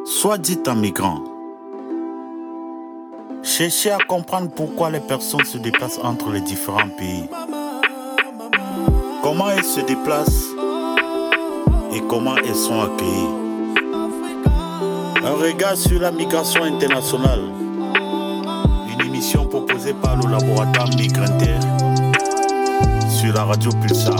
Soit dit en migrant. Cherchez à comprendre pourquoi les personnes se déplacent entre les différents pays. Comment elles se déplacent et comment elles sont accueillies. Un regard sur la migration internationale. Une émission proposée par le laboratoire Migranter sur la radio Pulsar.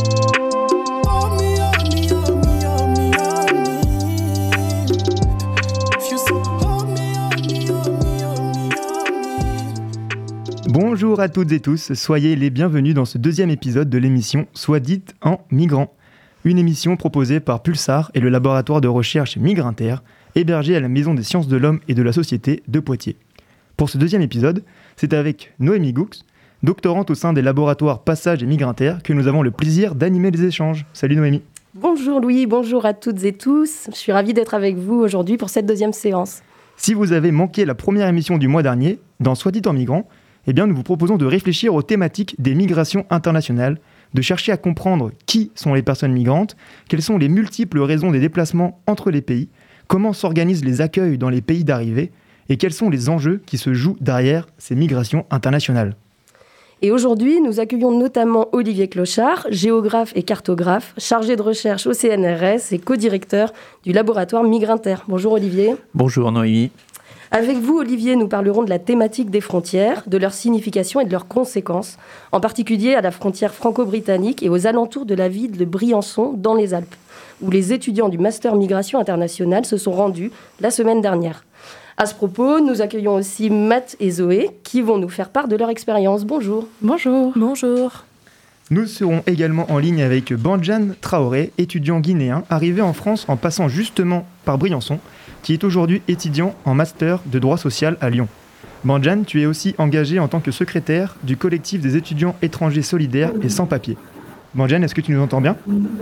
Bonjour à toutes et tous, soyez les bienvenus dans ce deuxième épisode de l'émission Soit dite en migrant. Une émission proposée par Pulsar et le laboratoire de recherche Migranter, hébergé à la Maison des sciences de l'homme et de la société de Poitiers. Pour ce deuxième épisode, c'est avec Noémie Goux, doctorante au sein des laboratoires Passage et Migranter, que nous avons le plaisir d'animer les échanges. Salut Noémie. Bonjour Louis, bonjour à toutes et tous. Je suis ravie d'être avec vous aujourd'hui pour cette deuxième séance. Si vous avez manqué la première émission du mois dernier, dans Soit dit en migrant, eh bien, nous vous proposons de réfléchir aux thématiques des migrations internationales, de chercher à comprendre qui sont les personnes migrantes, quelles sont les multiples raisons des déplacements entre les pays, comment s'organisent les accueils dans les pays d'arrivée et quels sont les enjeux qui se jouent derrière ces migrations internationales. Et aujourd'hui, nous accueillons notamment Olivier Clochard, géographe et cartographe, chargé de recherche au CNRS et co-directeur du laboratoire Migranter. Bonjour Olivier. Bonjour Noémie. Avec vous, Olivier, nous parlerons de la thématique des frontières, de leur signification et de leurs conséquences, en particulier à la frontière franco-britannique et aux alentours de la ville de Briançon, dans les Alpes, où les étudiants du Master Migration Internationale se sont rendus la semaine dernière. À ce propos, nous accueillons aussi Matt et Zoé, qui vont nous faire part de leur expérience. Bonjour. Bonjour. Bonjour. Nous serons également en ligne avec Bandjan Traoré, étudiant guinéen, arrivé en France en passant justement par Briançon, qui est aujourd'hui étudiant en master de droit social à Lyon. Bandjan, tu es aussi engagé en tant que secrétaire du collectif des étudiants étrangers solidaires et sans papier. Bandjan, est-ce que tu nous entends bien ?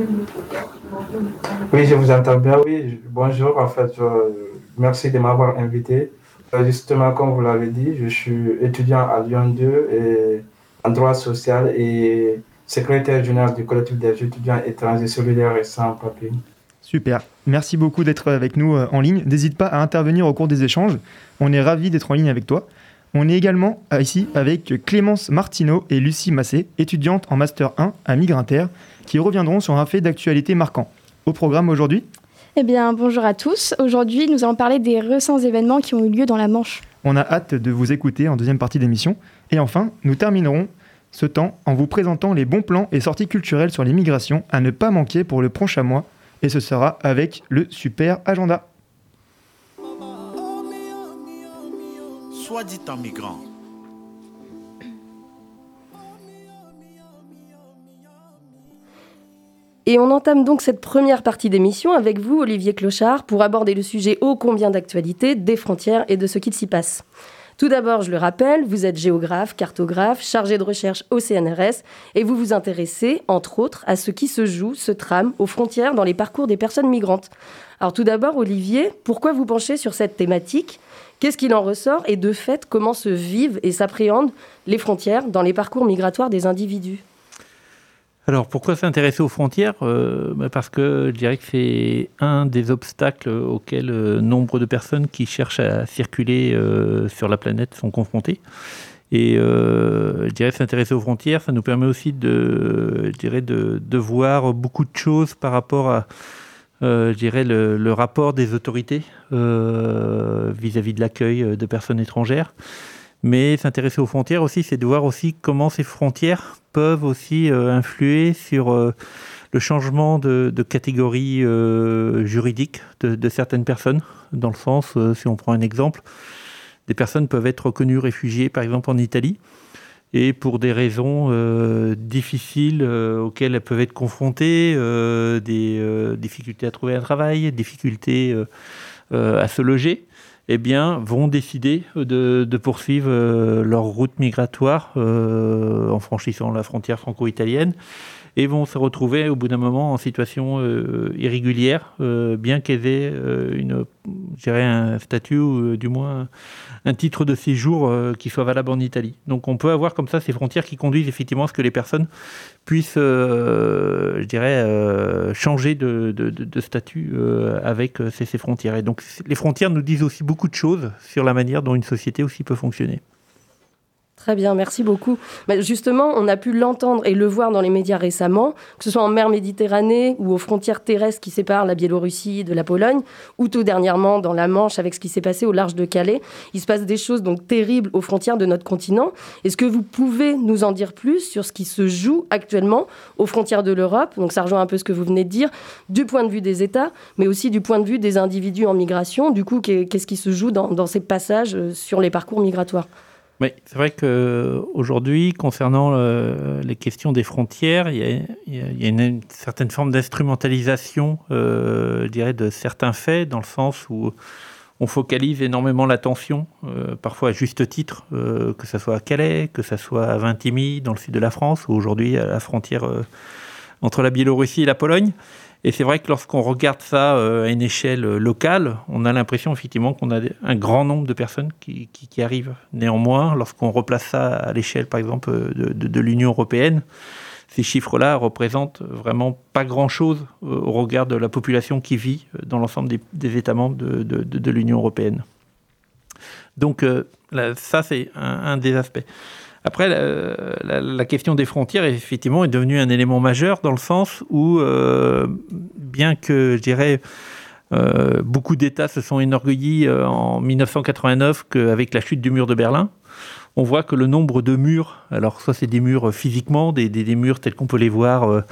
Oui, je vous entends bien, oui. Bonjour, en fait, merci de m'avoir invité. Justement, comme vous l'avez dit, je suis étudiant à Lyon 2 et en droit social et secrétaire général du collectif des étudiants étrangers solidaires et sans papier. Super, merci beaucoup d'être avec nous en ligne. N'hésite pas à intervenir au cours des échanges, on est ravis d'être en ligne avec toi. On est également ici avec Clémence Martineau et Lucie Massé, étudiantes en Master 1 à Migranter, qui reviendront sur un fait d'actualité marquant. Au programme aujourd'hui ? Eh bien, bonjour à tous. Aujourd'hui, nous allons parler des récents événements qui ont eu lieu dans la Manche. On a hâte de vous écouter en deuxième partie d'émission. Et enfin, nous terminerons ce temps en vous présentant les bons plans et sorties culturelles sur les migrations à ne pas manquer pour le prochain mois. Et ce sera avec le super agenda. Soit dit en migrant. Et on entame donc cette première partie d'émission avec vous, Olivier Clochard, pour aborder le sujet ô combien d'actualité des frontières et de ce qu'il s'y passe. Tout d'abord, je le rappelle, vous êtes géographe, cartographe, chargé de recherche au CNRS et vous vous intéressez, entre autres, à ce qui se joue, se trame aux frontières dans les parcours des personnes migrantes. Alors tout d'abord, Olivier, pourquoi vous penchez sur cette thématique ? Qu'est-ce qu'il en ressort et de fait, comment se vivent et s'appréhendent les frontières dans les parcours migratoires des individus ? Alors, pourquoi s'intéresser aux frontières ? Parce que je dirais que c'est un des obstacles auxquels nombre de personnes qui cherchent à circuler sur la planète sont confrontées. Et je dirais s'intéresser aux frontières, ça nous permet aussi de voir beaucoup de choses par rapport à le rapport des autorités vis-à-vis de l'accueil de personnes étrangères. Mais s'intéresser aux frontières aussi, c'est de voir aussi comment ces frontières peuvent aussi influer sur le changement de catégorie juridique de certaines personnes. Dans le sens, si on prend un exemple, des personnes peuvent être reconnues réfugiées, par exemple en Italie, et pour des raisons difficiles auxquelles elles peuvent être confrontées, des difficultés à trouver un travail, difficultés à se loger, eh bien, vont décider de poursuivre leur route migratoire en franchissant la frontière franco-italienne et vont se retrouver au bout d'un moment en situation irrégulière, bien qu'elles aient une je dirais, un statut ou du moins un titre de séjour qui soit valable en Italie. Donc on peut avoir comme ça ces frontières qui conduisent effectivement à ce que les personnes puissent, je dirais, changer de statut avec ces frontières. Et donc les frontières nous disent aussi beaucoup de choses sur la manière dont une société aussi peut fonctionner. Très bien, merci beaucoup. Mais justement, on a pu l'entendre et le voir dans les médias récemment, que ce soit en mer Méditerranée ou aux frontières terrestres qui séparent la Biélorussie de la Pologne, ou tout dernièrement dans la Manche avec ce qui s'est passé au large de Calais. Il se passe des choses donc terribles aux frontières de notre continent. Est-ce que vous pouvez nous en dire plus sur ce qui se joue actuellement aux frontières de l'Europe ? Donc ça rejoint un peu ce que vous venez de dire, du point de vue des États, mais aussi du point de vue des individus en migration. Du coup, qu'est-ce qui se joue dans ces passages sur les parcours migratoires ? Oui, c'est vrai qu'aujourd'hui, concernant les questions des frontières, il y a une certaine forme d'instrumentalisation, je dirais, de certains faits, dans le sens où on focalise énormément l'attention, parfois à juste titre, que ce soit à Calais, que ce soit à Vintimille, dans le sud de la France, ou aujourd'hui à la frontière entre la Biélorussie et la Pologne. Et c'est vrai que lorsqu'on regarde ça à une échelle locale, on a l'impression effectivement qu'on a un grand nombre de personnes qui arrivent. Néanmoins, lorsqu'on replace ça à l'échelle, par exemple, de l'Union européenne, ces chiffres-là représentent vraiment pas grand-chose au regard de la population qui vit dans l'ensemble des États membres de l'Union européenne. Donc ça, c'est un des aspects. Après, la question des frontières, effectivement, est devenue un élément majeur dans le sens où, bien que, je dirais, beaucoup d'États se sont enorgueillis en 1989 qu'avec la chute du mur de Berlin, on voit que le nombre de murs, alors soit c'est des murs physiquement, des murs tels qu'on peut les voir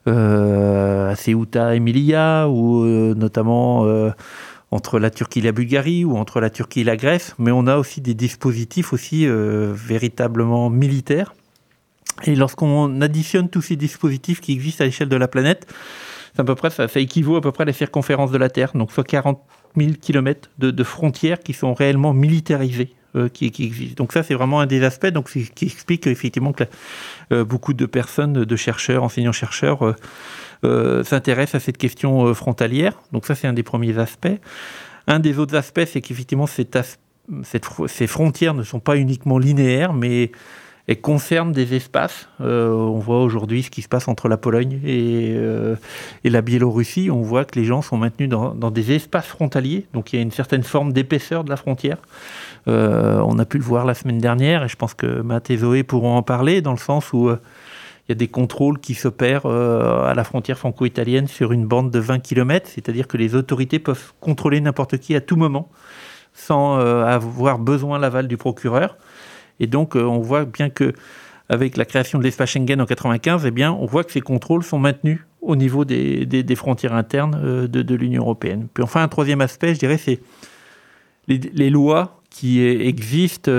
à Ceuta et Melilla, ou notamment entre la Turquie et la Bulgarie, ou entre la Turquie et la Grèce, mais on a aussi des dispositifs aussi véritablement militaires. Et lorsqu'on additionne tous ces dispositifs qui existent à l'échelle de la planète, ça équivaut à peu près à la circonférence de la Terre, donc soit 40 000 km de frontières qui sont réellement militarisées, qui existent. Donc ça, c'est vraiment un des aspects qui explique effectivement que beaucoup de personnes, de chercheurs, enseignants-chercheurs, s'intéressent à cette question frontalière. Donc ça, c'est un des premiers aspects. Un des autres aspects, c'est qu'effectivement, ces frontières ne sont pas uniquement linéaires, mais elles concernent des espaces. On voit aujourd'hui ce qui se passe entre la Pologne et la Biélorussie. On voit que les gens sont maintenus dans des espaces frontaliers. Donc il y a une certaine forme d'épaisseur de la frontière. On a pu le voir la semaine dernière, et je pense que Matt et Zoé pourront en parler, dans le sens où il y a des contrôles qui s'opèrent à la frontière franco-italienne sur une bande de 20 km, c'est-à-dire que les autorités peuvent contrôler n'importe qui à tout moment, sans avoir besoin de l'aval du procureur. Et donc, on voit bien qu'avec la création de l'espace Schengen en 1995, eh bien, on voit que ces contrôles sont maintenus au niveau des frontières internes de l'Union européenne. Puis enfin, un troisième aspect, je dirais, c'est les lois qui existent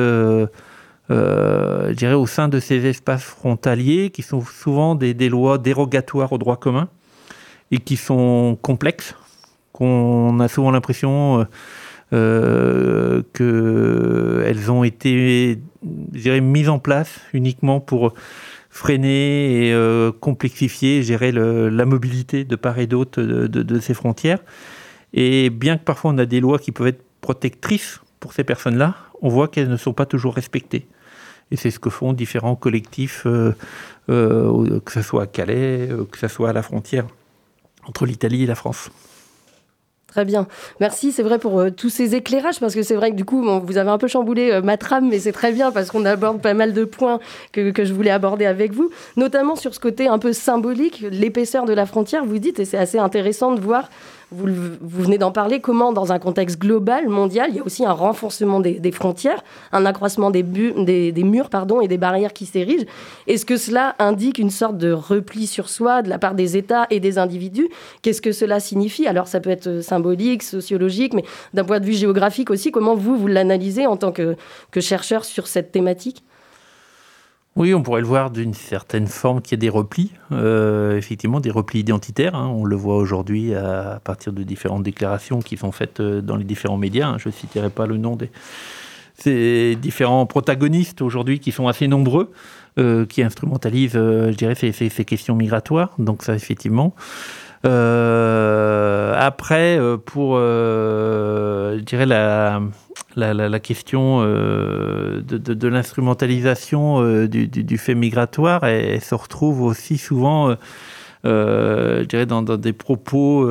je dirais, au sein de ces espaces frontaliers, qui sont souvent des lois dérogatoires au droit commun et qui sont complexes, qu'on a souvent l'impression qu'elles ont été, je dirais, mises en place uniquement pour freiner et complexifier, gérer la mobilité de part et d'autre de ces frontières. Et bien que parfois on a des lois qui peuvent être protectrices pour ces personnes-là, on voit qu'elles ne sont pas toujours respectées. Et c'est ce que font différents collectifs, que ce soit à Calais, que ce soit à la frontière entre l'Italie et la France. Très bien. Merci, c'est vrai pour tous ces éclairages, parce que c'est vrai que du coup, vous avez un peu chamboulé ma trame, mais c'est très bien parce qu'on aborde pas mal de points que je voulais aborder avec vous, notamment sur ce côté un peu symbolique, l'épaisseur de la frontière, vous dites, et c'est assez intéressant de voir, vous venez d'en parler, comment dans un contexte global, mondial, il y a aussi un renforcement des frontières, un accroissement des murs et des barrières qui s'érigent. Est-ce que cela indique une sorte de repli sur soi de la part des États et des individus ? Qu'est-ce que cela signifie ? Alors ça peut être symbolique, sociologique, mais d'un point de vue géographique aussi, comment vous l'analysez en tant que chercheur sur cette thématique ? Oui, on pourrait le voir d'une certaine forme qu'il y a des replis, effectivement des replis identitaires. On le voit aujourd'hui à partir de différentes déclarations qui sont faites dans les différents médias. Je ne citerai pas le nom ces différents protagonistes aujourd'hui qui sont assez nombreux, qui instrumentalisent, je dirais, ces questions migratoires. Donc ça, effectivement. Après, pour je dirais la question de l'instrumentalisation du fait migratoire, elle se retrouve aussi souvent, je dirais, dans des propos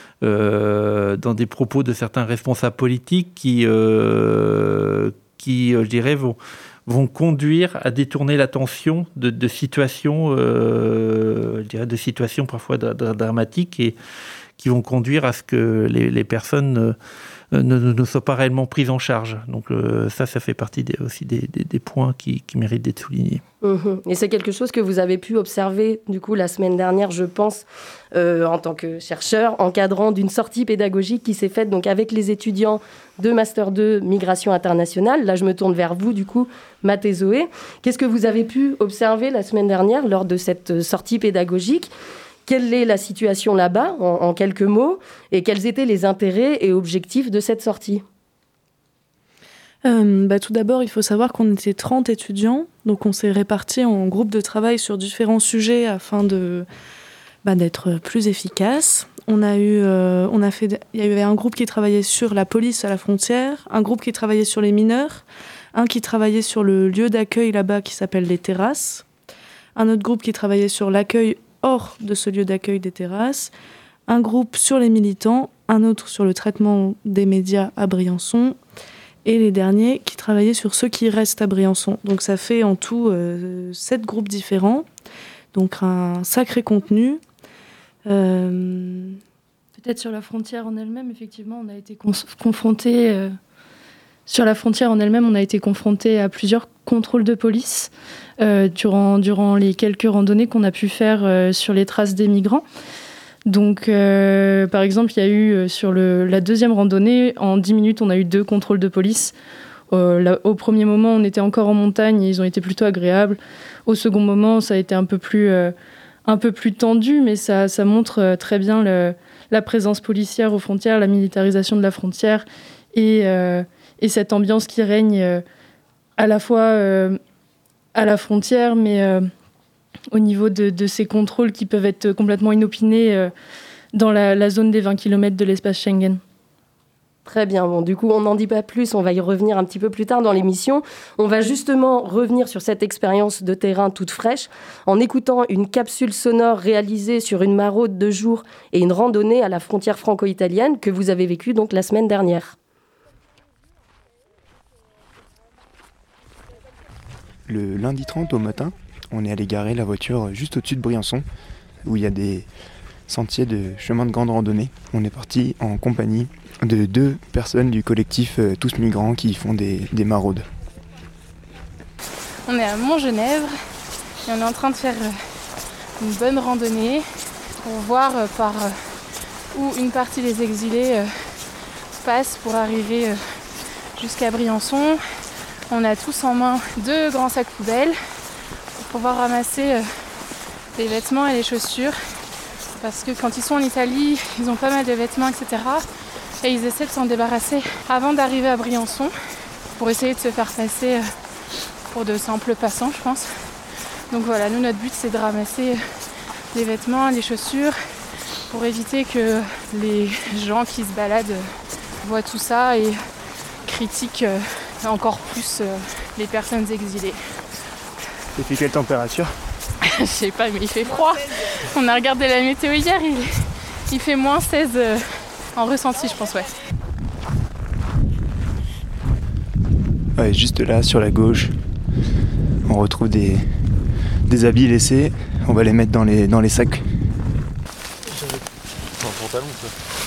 de certains responsables politiques qui je dirais, vont conduire à détourner l'attention de situations, je dirais, de situations parfois dramatiques, et qui vont conduire à ce que les personnes ne soient pas réellement prises en charge. Donc ça fait partie aussi des points qui méritent d'être soulignés. Et c'est quelque chose que vous avez pu observer du coup la semaine dernière, je pense, en tant que chercheur, encadrant d'une sortie pédagogique qui s'est faite donc avec les étudiants de Master 2 Migration Internationale. Là, je me tourne vers vous, du coup, Matt et Zoé. Qu'est-ce que vous avez pu observer la semaine dernière lors de cette sortie pédagogique ? Quelle est la situation là-bas, en quelques mots, et quels étaient les intérêts et objectifs de cette sortie ? Tout d'abord, il faut savoir qu'on était 30 étudiants, donc on s'est répartis en groupes de travail sur différents sujets afin d'être plus efficace. Il y avait un groupe qui travaillait sur la police à la frontière, un groupe qui travaillait sur les mineurs, un qui travaillait sur le lieu d'accueil là-bas qui s'appelle les terrasses, un autre groupe qui travaillait sur l'accueil hors de ce lieu d'accueil des terrasses, un groupe sur les militants, un autre sur le traitement des médias à Briançon, et les derniers qui travaillaient sur ceux qui restent à Briançon. Donc ça fait en tout 7 groupes différents, donc un sacré contenu. Peut-être sur la frontière en elle-même, effectivement, on a été confrontés... Sur la frontière en elle-même, on a été confrontés à plusieurs contrôles de police durant les quelques randonnées qu'on a pu faire sur les traces des migrants. Donc, par exemple, il y a eu sur la deuxième randonnée, en 10 minutes, on a eu 2 contrôles de police. Au premier moment, on était encore en montagne et ils ont été plutôt agréables. Au second moment, ça a été un peu plus tendu, mais ça montre très bien la présence policière aux frontières, la militarisation de la frontière et cette ambiance qui règne à la fois à la frontière, mais au niveau de ces contrôles qui peuvent être complètement inopinés dans la zone des 20 km de l'espace Schengen. Très bien, bon, du coup, on n'en dit pas plus, on va y revenir un petit peu plus tard dans l'émission. On va justement revenir sur cette expérience de terrain toute fraîche en écoutant une capsule sonore réalisée sur une maraude de jour et une randonnée à la frontière franco-italienne que vous avez vécue donc la semaine dernière. Le lundi 30 au matin, on est allé garer la voiture juste au-dessus de Briançon, où il y a des sentiers de chemin de grande randonnée. On est parti en compagnie de 2 personnes du collectif Tous Migrants qui font des maraudes. On est à Montgenèvre et on est en train de faire une bonne randonnée pour voir par où une partie des exilés passe pour arriver jusqu'à Briançon. On a tous en main 2 grands sacs poubelles pour pouvoir ramasser les vêtements et les chaussures. Parce que quand ils sont en Italie, ils ont pas mal de vêtements, etc. Et ils essaient de s'en débarrasser avant d'arriver à Briançon pour essayer de se faire passer pour de simples passants, je pense. Donc voilà, nous, notre but, c'est de ramasser les vêtements, les chaussures pour éviter que les gens qui se baladent voient tout ça et critiquent encore plus les personnes exilées. Il fait quelle température ? Je sais pas, mais il fait froid. On a regardé la météo hier, il fait moins 16 en ressenti, je pense, ouais. Ouais, juste là, sur la gauche, on retrouve des habits laissés. On va les mettre dans les sacs. C'est un pantalon, ça.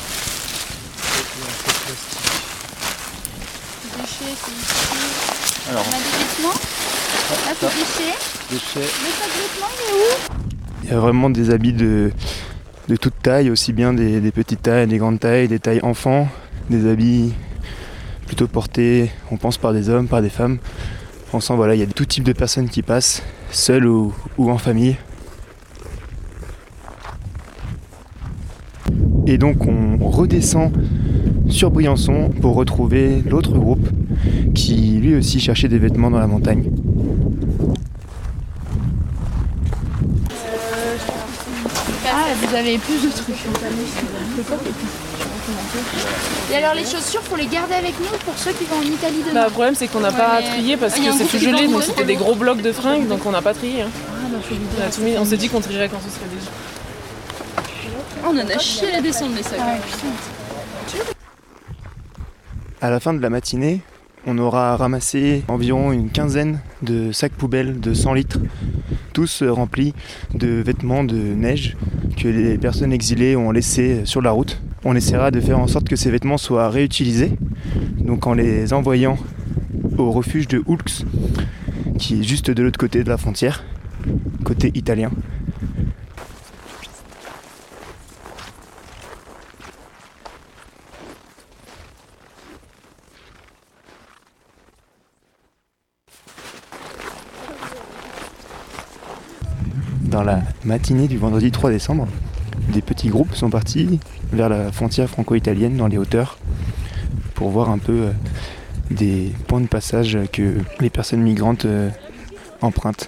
Déchets, c'est ici. Alors, on a des vêtements. Là, c'est déchets. Le sac de vêtements, il est où ? Il y a vraiment des habits de toute taille, aussi bien des petites tailles, des grandes tailles, des tailles enfants, des habits plutôt portés, on pense, par des hommes, par des femmes. On sent, voilà, il y a tout type de personnes qui passent, seules ou en famille. Et donc on redescend sur Briançon pour retrouver l'autre groupe qui lui aussi cherchait des vêtements dans la montagne. Ah, vous vous avez plus de trucs. Et alors les chaussures, faut les garder avec nous pour ceux qui vont en Italie demain. Bah, le problème c'est qu'on n'a pas trié parce que c'est tout gelé, donc c'était des gros blocs de fringues, donc on n'a pas trié. Hein. On s'est dit qu'on trierait quand ce serait déjà. On en a chié la descente les sacs. À la fin de la matinée, on aura ramassé environ une quinzaine de sacs poubelles de 100 litres, tous remplis de vêtements de neige que les personnes exilées ont laissés sur la route. On essaiera de faire en sorte que ces vêtements soient réutilisés, donc en les envoyant au refuge de Hulx, qui est juste de l'autre côté de la frontière, côté italien. Dans la matinée du vendredi 3 décembre, des petits groupes sont partis vers la frontière franco-italienne dans les hauteurs pour voir un peu des points de passage que les personnes migrantes empruntent.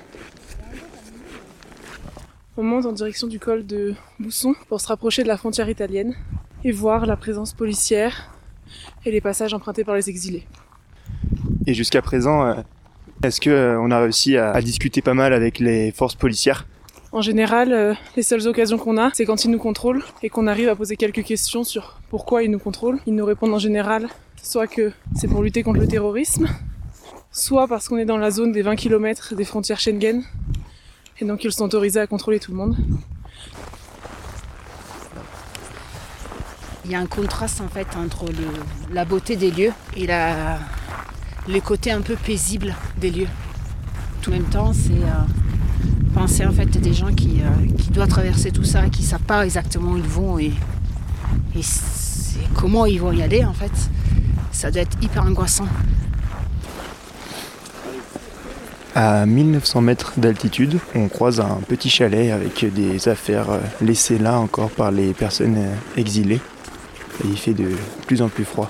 On monte en direction du col de Bousson pour se rapprocher de la frontière italienne et voir la présence policière et les passages empruntés par les exilés. Et jusqu'à présent, est-ce qu'on a réussi à discuter pas mal avec les forces policières ? En général, les seules occasions qu'on a, c'est quand ils nous contrôlent et qu'on arrive à poser quelques questions sur pourquoi ils nous contrôlent. Ils nous répondent en général soit que c'est pour lutter contre le terrorisme, soit parce qu'on est dans la zone des 20 km des frontières Schengen et donc ils sont autorisés à contrôler tout le monde. Il y a un contraste en fait entre la beauté des lieux et les côtés un peu paisibles des lieux. En même temps, c'est penser en fait des gens qui doivent traverser tout ça, qui ne savent pas exactement où ils vont et comment ils vont y aller en fait. Ça doit être hyper angoissant. À 1900 mètres d'altitude, on croise un petit chalet avec des affaires laissées là encore par les personnes exilées. Et il fait de plus en plus froid.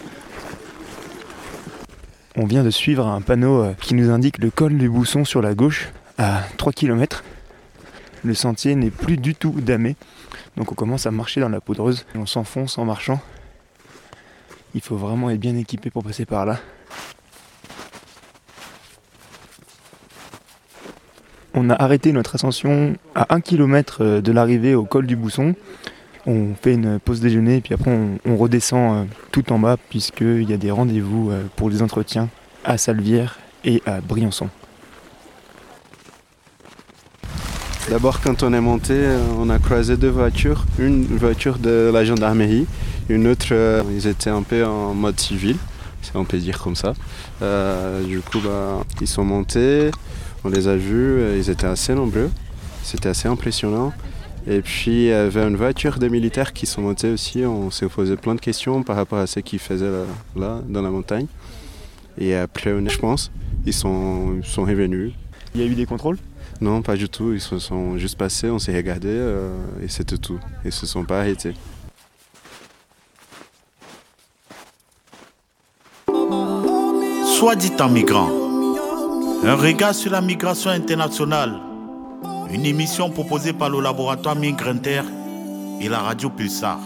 On vient de suivre un panneau qui nous indique le col du Bousson sur la gauche, à 3 km. Le sentier n'est plus du tout damé, donc on commence à marcher dans la poudreuse. On s'enfonce en marchant. Il faut vraiment être bien équipé pour passer par là. On a arrêté notre ascension à 1 km de l'arrivée au col du Bousson. On fait une pause déjeuner et puis après on redescend tout en bas puisqu'il y a des rendez-vous pour les entretiens à Salvières et à Briançon. D'abord quand on est monté, on a croisé deux voitures. Une voiture de la gendarmerie, une autre, ils étaient un peu en mode civil, si on peut dire comme ça. Du coup, ils sont montés, on les a vus, ils étaient assez nombreux, c'était assez impressionnant. Et puis il y avait une voiture de militaires qui sont montés aussi, on s'est posé plein de questions par rapport à ce qu'ils faisaient là dans la montagne. Et après, je pense, ils sont revenus. Il y a eu des contrôles ? Non, pas du tout, ils se sont juste passés, on s'est regardé et c'était tout. Ils ne se sont pas arrêtés. Soit dit en migrant, un regard sur la migration internationale. Une émission proposée par le laboratoire Migranter et la radio Pulsar.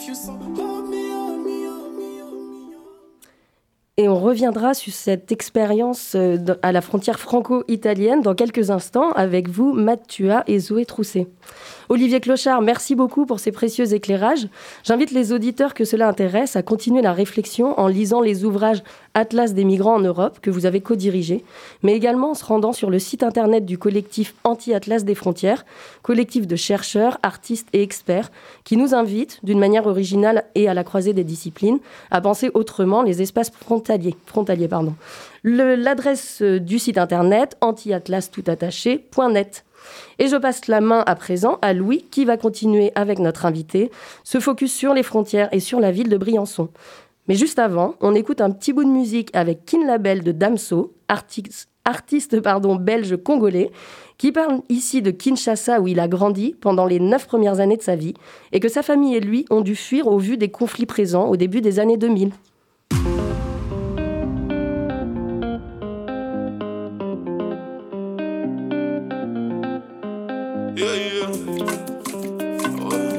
Et on reviendra sur cette expérience à la frontière franco-italienne dans quelques instants avec vous, Matt Tua et Zoé Trousset. Olivier Clochard, merci beaucoup pour ces précieux éclairages. J'invite les auditeurs que cela intéresse à continuer la réflexion en lisant les ouvrages Atlas des migrants en Europe que vous avez co-dirigés, mais également en se rendant sur le site internet du collectif Anti-Atlas des frontières, collectif de chercheurs, artistes et experts qui nous invite, d'une manière originale et à la croisée des disciplines, à penser autrement les espaces frontaliers. L'adresse du site internet antiatlastoutattaché.net. Et je passe la main à présent à Louis qui va continuer avec notre invité, se focus sur les frontières et sur la ville de Briançon. Mais juste avant, on écoute un petit bout de musique avec Kin Label de Damso, artiste belge-congolais, qui parle ici de Kinshasa où il a grandi pendant les 9 premières années de sa vie et que sa famille et lui ont dû fuir au vu des conflits présents au début des années 2000. Yeah, yeah.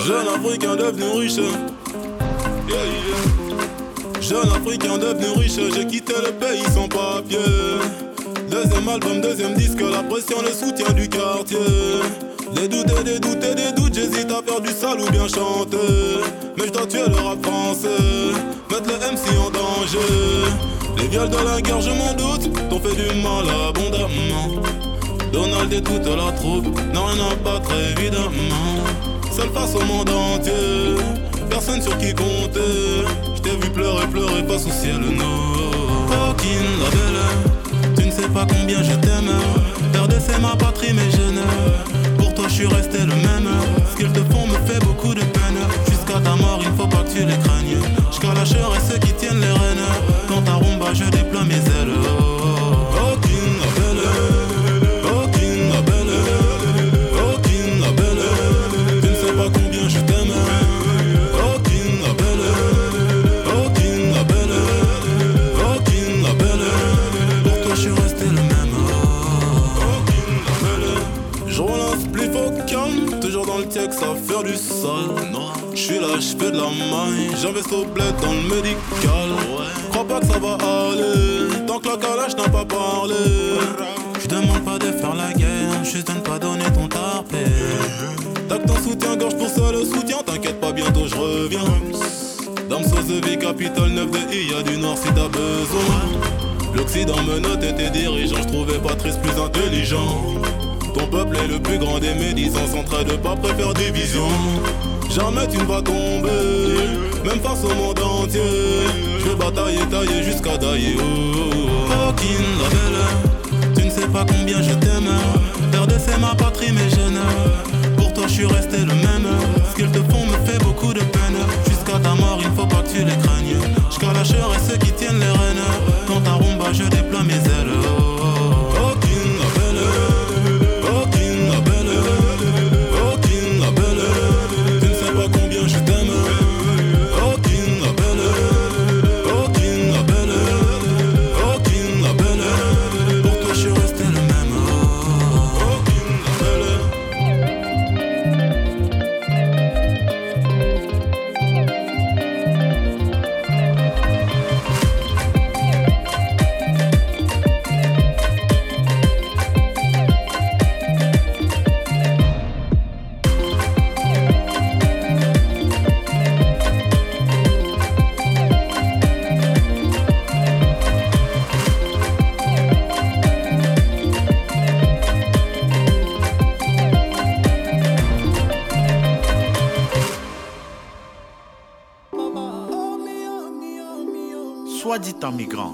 Jeune Africain devenu riche. Yeah, yeah. Jeune Africain devenu riche, j'ai quitté le pays sans papier. Deuxième album, deuxième disque, la pression, le soutien du quartier. Des doutes, j'hésite à faire du sale ou bien chanter. Mais je dois tuer le rap français, mettre le MC en danger. Les viols de la guerre, je m'en doute, t'ont fait du mal abondamment. Donald et toute la troupe n'ont rien à battre évidemment. Seul face au monde entier, personne sur qui compter. Je t'ai vu pleurer face au ciel, non. Aucune la belle, tu ne sais pas combien je t'aime. RDC c'est ma patrie mais je n'aime. Pour toi je suis resté le même. Ce qu'ils te font me fait beaucoup de peine. Jusqu'à ta mort il faut pas que tu les craignes. J'calacherai ceux qui tiennent les rênes. Dans ta rumba je déploie mes ailes. Aucune la belle. Ça faire du sale, j'suis là, j'fais de la maille, j'investis au bled dans le médical. Crois pas que ça va aller, tant que la calage n'a pas parlé. J'demande pas de faire la guerre, juste de ne pas donner ton tarpé. T'as que ton soutien-gorge pour ça le soutien, t'inquiète pas, bientôt j'reviens. Dame Sozevi, capitale 9 de I, y'a du nord si t'as besoin. L'Occident me notait tes dirigeants, j'trouvais Patrice plus intelligent. Ton peuple est le plus grand des médisants, s'entraide pas, préfère division. Jamais tu ne vas tomber, même face au monde entier. Je vais batailler, tailler jusqu'à tailler. Aucune la belle, tu ne sais pas combien je t'aime. RDC c'est ma patrie mais je n'aime. Pour toi je suis resté le même. Ce qu'ils te font me fait beaucoup de peine. Jusqu'à ta mort il faut pas que tu les craignes. J'calacherai ceux qui tiennent les rênes. Dans ta rumba je déploie mes ailes. Aucune la belle. Soit dit en migrant.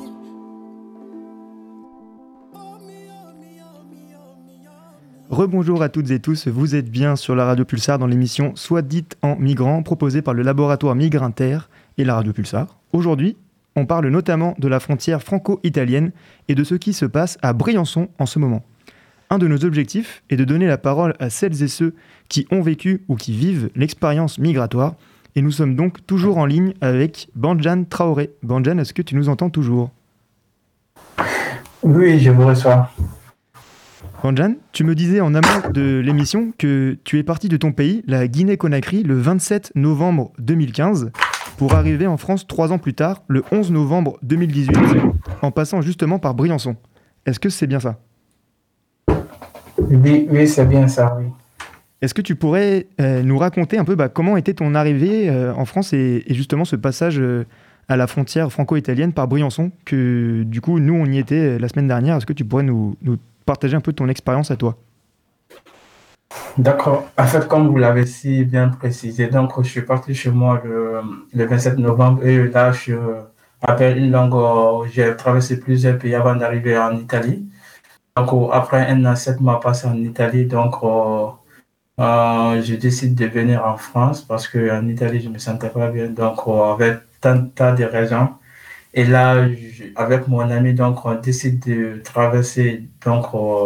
Rebonjour à toutes et tous, vous êtes bien sur la Radio Pulsar dans l'émission Soit dite en migrant, proposée par le laboratoire Migrinter et la Radio Pulsar. Aujourd'hui, on parle notamment de la frontière franco-italienne et de ce qui se passe à Briançon en ce moment. Un de nos objectifs est de donner la parole à celles et ceux qui ont vécu ou qui vivent l'expérience migratoire. Et nous sommes donc toujours en ligne avec Bandjan Traoré. Bandjan, est-ce que tu nous entends toujours ? Oui, je vous reçois. Bandjan, tu me disais en amont de l'émission que tu es parti de ton pays, la Guinée-Conakry, le 27 novembre 2015, pour arriver en France 3 ans plus tard, le 11 novembre 2018, en passant justement par Briançon. Est-ce que c'est bien ça ? Oui, c'est bien ça, oui. Est-ce que tu pourrais nous raconter un peu comment était ton arrivée en France et justement ce passage à la frontière franco-italienne par Briançon, que du coup, nous, on y était la semaine dernière. Est-ce que tu pourrais nous partager un peu ton expérience à toi ? D'accord. En fait, comme vous l'avez si bien précisé, donc je suis parti chez moi le 27 novembre et là, après une longue... j'ai traversé plusieurs pays avant d'arriver en Italie. Donc, après 1 an, 7 mois passés en Italie, donc... je décide de venir en France parce qu'en Italie, je ne me sentais pas bien. Donc, avec tant de raisons. Et là, avec mon ami, donc, on décide de traverser. Donc,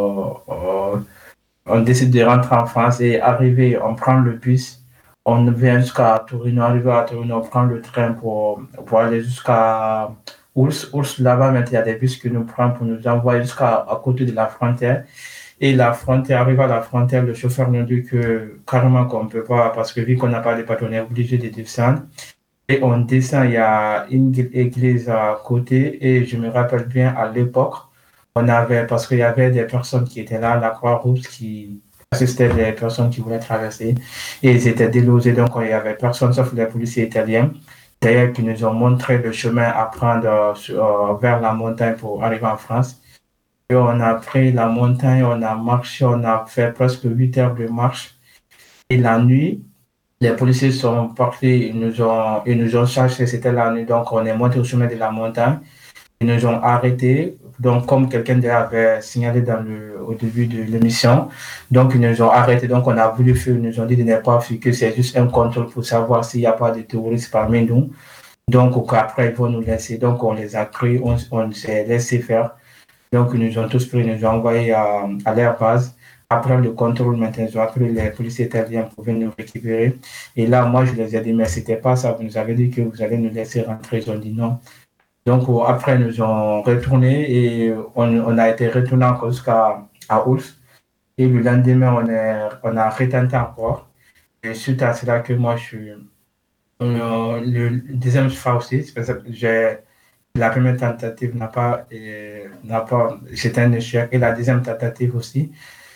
on décide de rentrer en France et arriver. On prend le bus. On vient jusqu'à Torino. Arrivé à Torino, on prend le train pour aller jusqu'à Ours. Là-bas, maintenant, il y a des bus qui nous prennent pour nous envoyer jusqu'à côté de la frontière. Et la frontière, arrivé à la frontière, le chauffeur nous dit que carrément qu'on ne peut pas, parce que vu qu'on n'a pas de papiers, on est obligé de descendre. Et on descend, il y a une église à côté. Et je me rappelle bien, à l'époque, parce qu'il y avait des personnes qui étaient là, la Croix-Rouge, qui assistaient des personnes qui voulaient traverser. Et ils étaient délogés, donc il n'y avait personne sauf les policiers italiens. D'ailleurs, qui nous ont montré le chemin à prendre vers la montagne pour arriver en France. Et on a pris la montagne, on a marché, on a fait presque 8 heures de marche. Et la nuit, les policiers sont partis, ils nous ont cherchés, c'était la nuit. Donc, on est monté au chemin de la montagne. Ils nous ont arrêtés. Donc, comme quelqu'un déjà avait signalé au début de l'émission, donc ils nous ont arrêtés. Donc, on a voulu fuir. Ils nous ont dit de ne pas fuir, que c'est juste un contrôle pour savoir s'il n'y a pas de terroristes parmi nous. Donc, après, ils vont nous laisser. Donc, on les a pris, on s'est laissé faire. Donc, ils nous ont tous pris, ils nous ont envoyés à leur base. Après le contrôle, maintenant, ils ont appelé les policiers italiens pour venir nous récupérer. Et là, moi, je les ai dit, mais c'était pas ça. Vous nous avez dit que vous allez nous laisser rentrer. Ils ont dit non. Donc, après, ils nous ont retourné et on a été retourné encore jusqu'à Oulf. Et le lendemain, on a retenté encore. Et suite à cela, que moi, je suis le deuxième fois aussi, parce que la première tentative n'a pas, c'était un échec. Et la deuxième tentative aussi,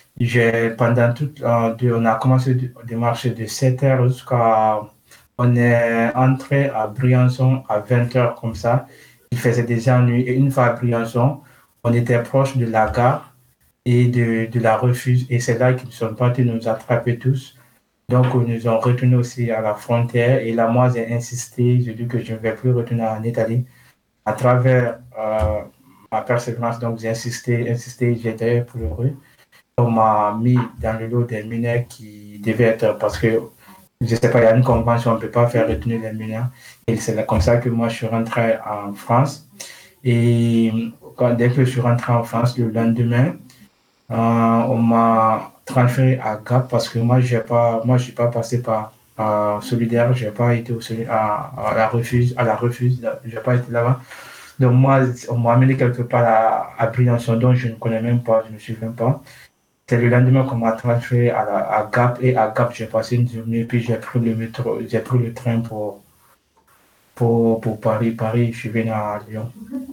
on a commencé de marcher de 7 heures jusqu'à, on est entré à Briançon à 20 heures comme ça. Il faisait déjà nuit. Et une fois à Briançon, on était proche de la gare et de la Refuge. Et c'est là qu'ils sont partis nous attraper tous. Donc, ils nous ont retournés aussi à la frontière. Et là, moi, j'ai insisté. J'ai dit que je ne vais plus retourner en Italie. À travers ma persévérance, donc j'ai insisté, j'étais pleureux. On m'a mis dans le lot des mineurs qui devaient être, parce que, je ne sais pas, il y a une convention, on ne peut pas faire retourner les mineurs. Et c'est comme ça que moi, je suis rentré en France. Et dès que je suis rentré en France, le lendemain, on m'a transféré à Gap, parce que moi, je ne suis pas passé par Solidaire, je n'ai pas été à la Refuge, je n'ai pas été là-bas. Donc moi, on m'a amené quelque part à Briançon, dont je ne connais même pas, je ne me souviens pas. C'est le lendemain qu'on m'a transféré à Gap, et à Gap, j'ai passé une journée, puis j'ai pris le métro, j'ai pris le train pour Paris. Je suis venu à Lyon.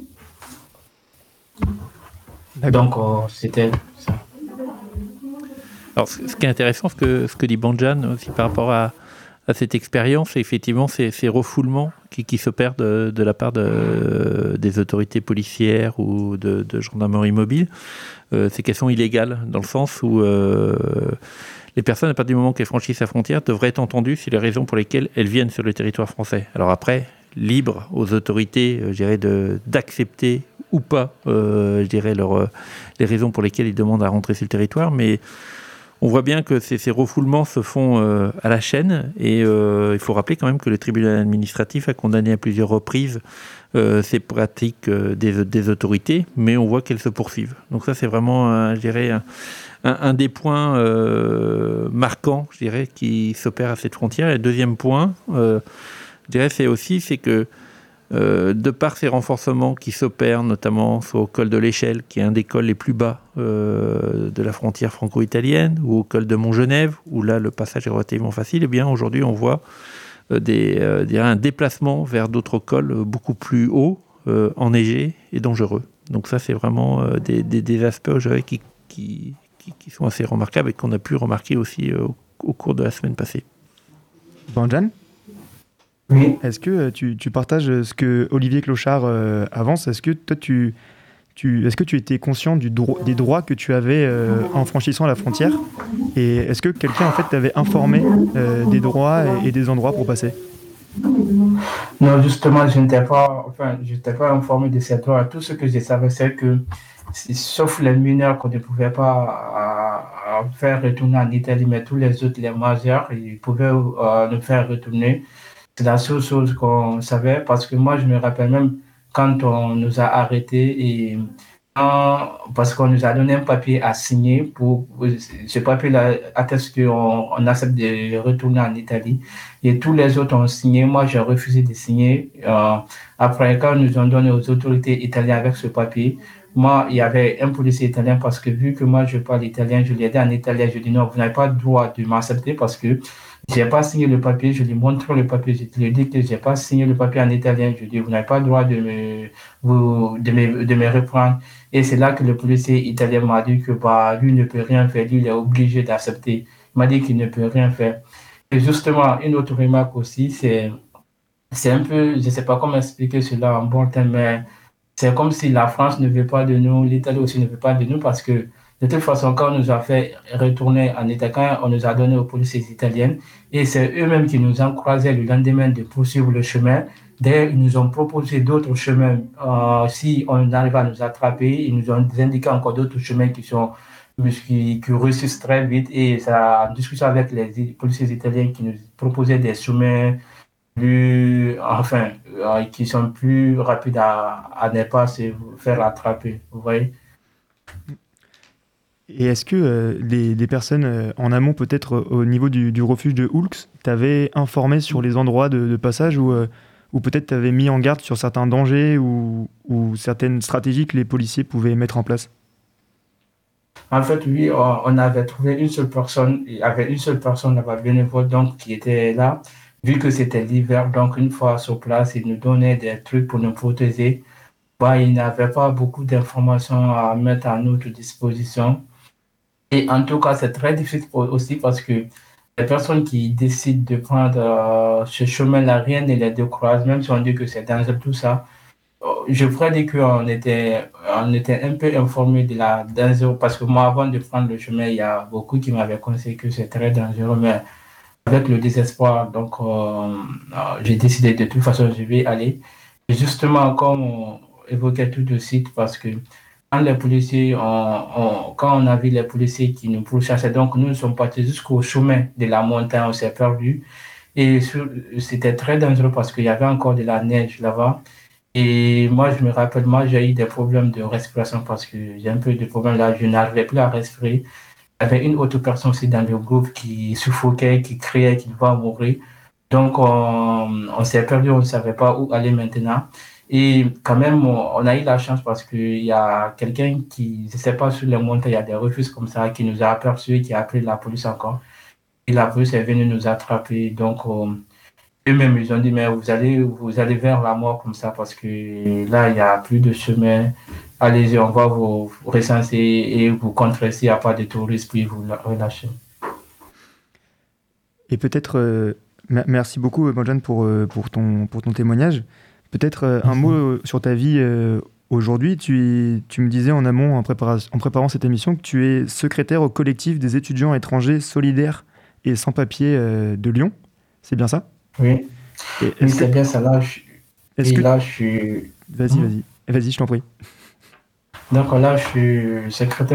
Donc c'était ça. Alors, ce qui est intéressant, ce que dit Bandjan aussi par rapport à cette expérience, c'est effectivement ces refoulements qui s'opèrent de la part des autorités policières ou de gendarmerie mobile. C'est qu'elles sont illégales, dans le sens où les personnes, à partir du moment qu'elles franchissent la frontière, devraient être entendues sur les raisons pour lesquelles elles viennent sur le territoire français. Alors après, libre aux autorités, je dirais, d'accepter ou pas, je dirais, les raisons pour lesquelles ils demandent à rentrer sur le territoire, mais on voit bien que ces refoulements se font à la chaîne, et il faut rappeler quand même que le tribunal administratif a condamné à plusieurs reprises ces pratiques des autorités, mais on voit qu'elles se poursuivent. Donc ça, c'est vraiment, je dirais, un des points marquants, je dirais, qui s'opère à cette frontière. Et le deuxième point, je dirais, c'est que de par ces renforcements qui s'opèrent, notamment au col de l'Échelle, qui est un des cols les plus bas de la frontière franco-italienne, ou au col de Montgenèvre, où là le passage est relativement facile, et bien aujourd'hui on voit un déplacement vers d'autres cols beaucoup plus hauts, enneigés et dangereux. Donc ça, c'est vraiment des aspects, je dirais, qui sont assez remarquables et qu'on a pu remarquer aussi au cours de la semaine passée. Bandjan ? Oui. Est-ce que tu partages ce que Olivier Clochard avance ? Est-ce que toi, est-ce que tu étais conscient des droits que tu avais en franchissant la frontière ? Et est-ce que quelqu'un en fait t'avait informé des droits et des endroits pour passer ? Non, justement, je n'étais pas informé de ces droits. Tout ce que je savais, c'est que, sauf les mineurs qu'on ne pouvait pas faire retourner en Italie, mais tous les autres, les majeurs, ils pouvaient nous faire retourner. C'est la seule chose qu'on savait, parce que moi, je me rappelle même quand on nous a arrêtés, parce qu'on nous a donné un papier à signer. Ce papier-là atteste qu'on accepte de retourner en Italie. Et tous les autres ont signé. Moi, j'ai refusé de signer. Après, quand nous ont donné aux autorités italiennes avec ce papier, moi, il y avait un policier italien parce que vu que moi, je parle italien, je lui ai dit en italien, je lui ai dit non, vous n'avez pas le droit de m'accepter parce que je n'ai pas signé le papier. Je lui montre le papier. Je lui dis que je n'ai pas signé le papier en italien. Je lui dis, vous n'avez pas le droit de me reprendre. Et c'est là que le policier italien m'a dit que bah, lui ne peut rien faire. Lui, il est obligé d'accepter. Il m'a dit qu'il ne peut rien faire. Et justement, une autre remarque aussi, c'est un peu, je ne sais pas comment expliquer cela en bon terme, mais c'est comme si la France ne veut pas de nous, l'Italie aussi ne veut pas de nous parce que de toute façon, quand on nous a fait retourner en Italie, quand on nous a donné aux policiers italiennes, et c'est eux-mêmes qui nous ont croisés le lendemain de poursuivre le chemin. D'ailleurs, ils nous ont proposé d'autres chemins. Si on arrive à nous attraper, ils nous ont indiqué encore d'autres chemins qui réussissent très vite. Et ça, en discussion avec les policiers italiens qui nous proposaient des chemins qui sont plus rapides à ne pas se faire attraper. Vous voyez? Et est-ce que des personnes en amont, peut-être au niveau du refuge de Oulx, t'avaient informé sur les endroits de passage ou peut-être t'avais mis en garde sur certains dangers ou certaines stratégies que les policiers pouvaient mettre en place? En fait, oui, on avait trouvé une seule personne. Il y avait une seule personne là-bas, bénévole, donc, qui était là. Vu que c'était l'hiver, donc une fois sur place, il nous donnait des trucs pour nous protéger. Bah, il n'avait pas beaucoup d'informations à mettre à notre disposition. Et en tout cas, c'est très difficile aussi parce que les personnes qui décident de prendre ce chemin-là, rien ne les décourage, même si on dit que c'est dangereux, tout ça. Je pourrais dire qu'on était un peu informés de la danger parce que moi, avant de prendre le chemin, il y a beaucoup qui m'avaient conseillé que c'est très dangereux, mais avec le désespoir, donc j'ai décidé de toute façon, je vais aller. Et justement, comme on évoquait tout de suite, parce que quand les policiers, quand on a vu les policiers qui nous pourchassaient, donc nous sommes partis jusqu'au chemin de la montagne, on s'est perdu. Et c'était très dangereux parce qu'il y avait encore de la neige là-bas. Et moi, je me rappelle, moi, j'ai eu des problèmes de respiration parce que j'ai un peu de problèmes là, je n'arrivais plus à respirer. Il y avait une autre personne aussi dans le groupe qui suffoquait, qui criait qu'il va mourir. Donc, on s'est perdu, on ne savait pas où aller maintenant. Et quand même, on a eu la chance parce qu'il y a quelqu'un qui, je ne sais pas, sur les montagnes, il y a des refuges comme ça, qui nous a aperçus, qui a appelé la police encore. Et la police est venue nous attraper. Donc, eux-mêmes, ils ont dit, mais vous allez vers la mort comme ça parce que là, il n'y a plus de chemin. Allez-y, on va vous recenser et vous contrer s'il n'y a pas de touristes, puis vous relâcher. Et peut-être, merci beaucoup, Benjamin, pour ton témoignage. Peut-être un mot sur ta vie aujourd'hui. Tu me disais en amont, en préparant cette émission, que tu es secrétaire au collectif des étudiants étrangers solidaires et sans-papiers de Lyon. C'est bien ça? Oui, c'est bien ça. Là, je suis... Vas-y, je t'en prie. Donc là, je suis secrétaire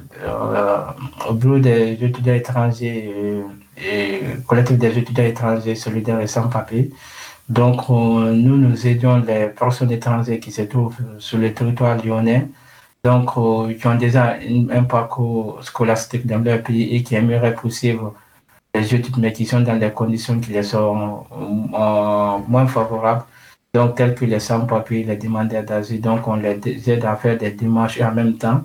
au bureau des étudiants étrangers et collectif des étudiants étrangers solidaires et sans-papiers. Donc, nous aidons les personnes étrangères qui se trouvent sur le territoire lyonnais, donc qui ont déjà un parcours scolastique dans leur pays et qui aimeraient poursuivre les études, mais qui sont dans des conditions qui les sont moins favorables, donc telles que les sans-papiers, les demandeurs d'asile. Donc, on les aide à faire des démarches et en même temps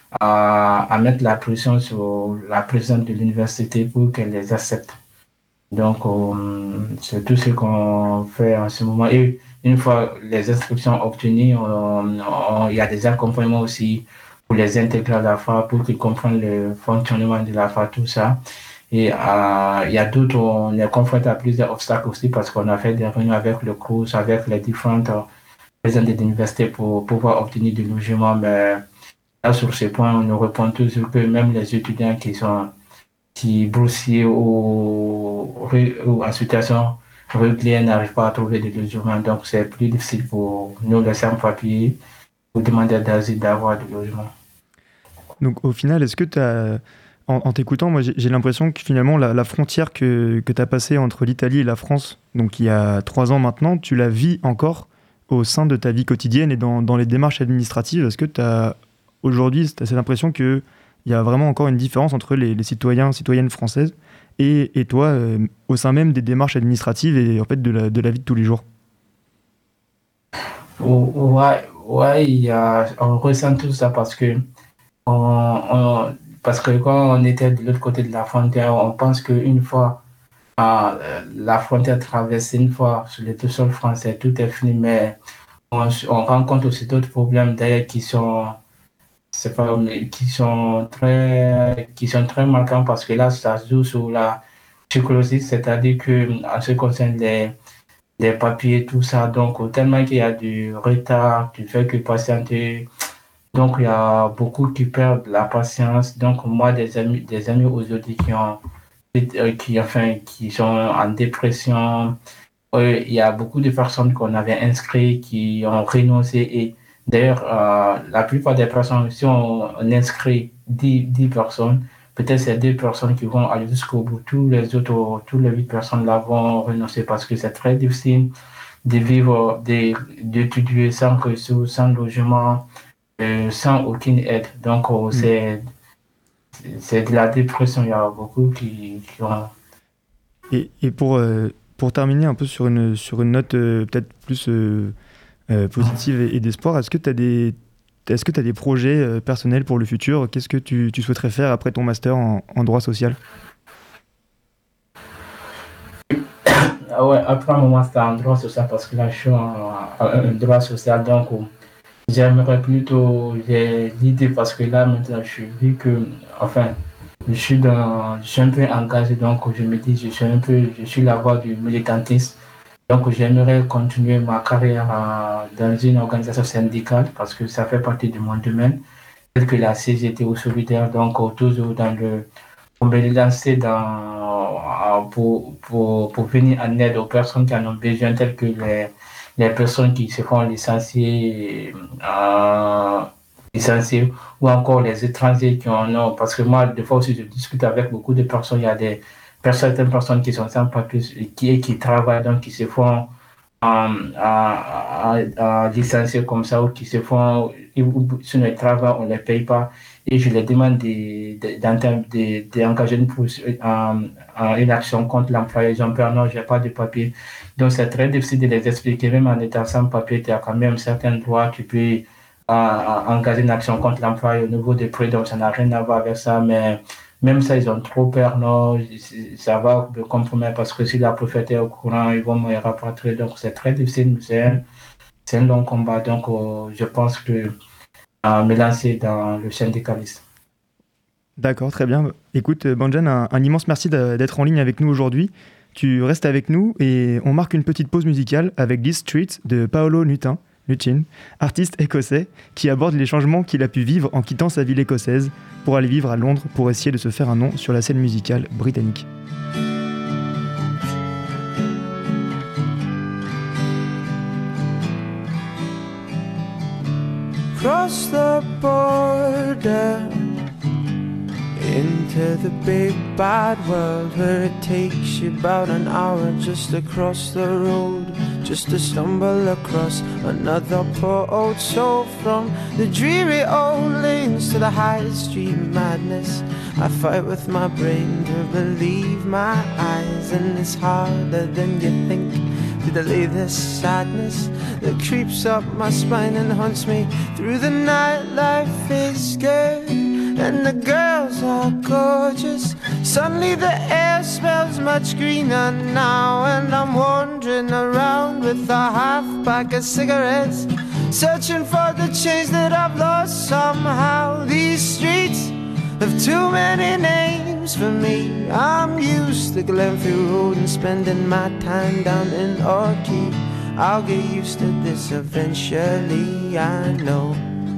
à mettre la pression sur la présidente de l'université pour qu'elle les accepte. Donc, c'est tout ce qu'on fait en ce moment. Et une fois les instructions obtenues, il y a des accompagnements aussi pour les intégrer à la FA, pour qu'ils comprennent le fonctionnement de la FA, tout ça. Et il y a d'autres, on est confronté à plusieurs obstacles aussi parce qu'on a fait des réunions avec le CRUS, avec les différentes présidents de l'université pour pouvoir obtenir du logement. Mais là, sur ce point, on nous répond toujours que même les étudiants qui boursiers ou en situation régulière n'arrivent pas à trouver de logement. Donc, c'est plus difficile pour nous, les sans-papiers, ou demander d'asile d'avoir du logement. Donc, au final, est-ce que tu as... En t'écoutant, moi, j'ai l'impression que finalement, la frontière que tu as passée entre l'Italie et la France, donc il y a 3 ans maintenant, tu la vis encore au sein de ta vie quotidienne et dans les démarches administratives. Est-ce que tu as aujourd'hui cette impression qu'il y a vraiment encore une différence entre les citoyennes françaises et toi, au sein même des démarches administratives et en fait de la vie de tous les jours? Ouais, on ressent tout ça parce que quand on était de l'autre côté de la frontière, on pense qu'une fois la frontière traversée, une fois sur le sol français, tout est fini, mais on rencontre aussi d'autres problèmes d'ailleurs qui sont très marquants parce que là, ça se joue sur la psychologie, c'est-à-dire que en ce qui concerne les papiers, tout ça, donc tellement qu'il y a du retard, du fait que patienter, donc il y a beaucoup qui perdent la patience. Donc moi, des amis aujourd'hui qui sont en dépression. Il y a beaucoup de personnes qu'on avait inscrites qui ont renoncé. Et d'ailleurs, la plupart des personnes, si on inscrit 10 personnes, peut-être c'est 2 personnes qui vont aller jusqu'au bout. Tous les 8 personnes là vont renoncer parce que c'est très difficile de vivre, d'étudier sans ressources, sans logement, sans aucune aide. Donc, c'est de la dépression. Il y a beaucoup qui ont... Et pour terminer un peu sur une note peut-être plus positive et d'espoir, est-ce que tu as des projets personnels pour le futur? Qu'est-ce que tu souhaiterais faire après ton master en droit social? Ouais, après mon master en droit social, parce que là je suis en droit social, donc j'aimerais plutôt, j'ai l'idée, parce que là maintenant je vis que, enfin, je suis un peu engagé, donc je me dis, je suis la voie du militantisme. Donc j'aimerais continuer ma carrière dans une organisation syndicale parce que ça fait partie de mon domaine, tel que la CGT ou Solidaire, donc toujours pour me lancer pour venir en aide aux personnes qui en ont besoin, telles que les personnes qui se font licencier, ou encore les étrangers qui en ont, parce que moi, des fois aussi, je discute avec beaucoup de personnes, il y a certaines personnes qui sont sans papier qui travaillent, donc qui se font licencier comme ça, ou qui se font, sur le travail, on ne les paye pas, et je les demande d'engager une action contre l'employeur. Ils ont peur, non, je n'ai pas de papier. Donc c'est très difficile de les expliquer, même en étant sans papier, tu as quand même certains droits, tu peux engager une action contre l'emploi au niveau des prix, donc ça n'a rien à voir avec ça, mais même ça, ils ont trop peur, non, ça va me compromettre parce que si la préfète est au courant, ils vont me rapatrier, donc c'est très difficile, c'est un long combat, donc je pense que me lancer dans le syndicalisme. D'accord, très bien. Écoute, Bandjan, un immense merci d'être en ligne avec nous aujourd'hui. Tu restes avec nous et on marque une petite pause musicale avec This Street de Paolo Nuttin, artiste écossais, qui aborde les changements qu'il a pu vivre en quittant sa ville écossaise pour aller vivre à Londres pour essayer de se faire un nom sur la scène musicale britannique. Cross the border into the big bad world where it takes you about an hour just to cross the road, just to stumble across another poor old soul. From the dreary old lanes to the high street madness, I fight with my brain to believe my eyes, and it's harder than you think to delay this sadness that creeps up my spine and haunts me through the night. Life is good and the girls are gorgeous. Suddenly the air smells much greener now, and I'm wandering around with a half pack of cigarettes, searching for the change that I've lost somehow. These streets have too many names for me. I'm used to Glenfield Road and spending my time down in Orchard. I'll get used to this eventually, I know.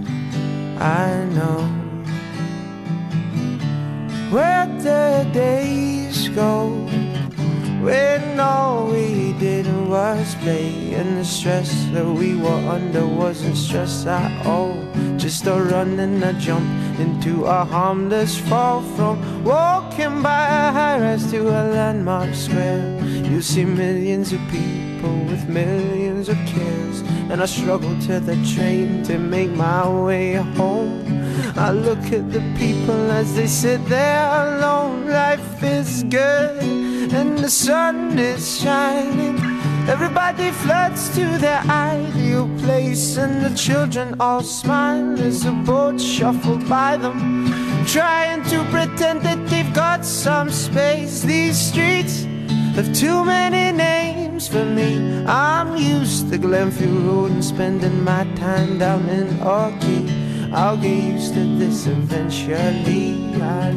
Where'd the days go when all we did was play, and the stress that we were under wasn't stress at all, just a run and a jump into a harmless fall. From walking by a high-rise to a landmark square, you see millions of people with millions of cares, and I struggle to the train to make my way home. I look at the people as they sit there alone. Life is good and the sun is shining, Everybody floods to their ideal place, and the children all smile as the boats shuffle by them, trying to pretend that they've got some space. These streets have too many names for me. I'm used to Glenfield Road and spending my time down in Orkney. I'll get used to this eventually, I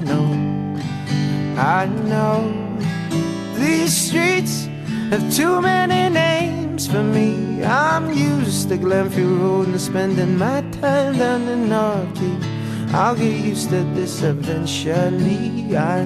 know. These streets have too many names for me. I'm used to Glenfield Road and spending my time down in Orkney. I'll get used to this eventually, I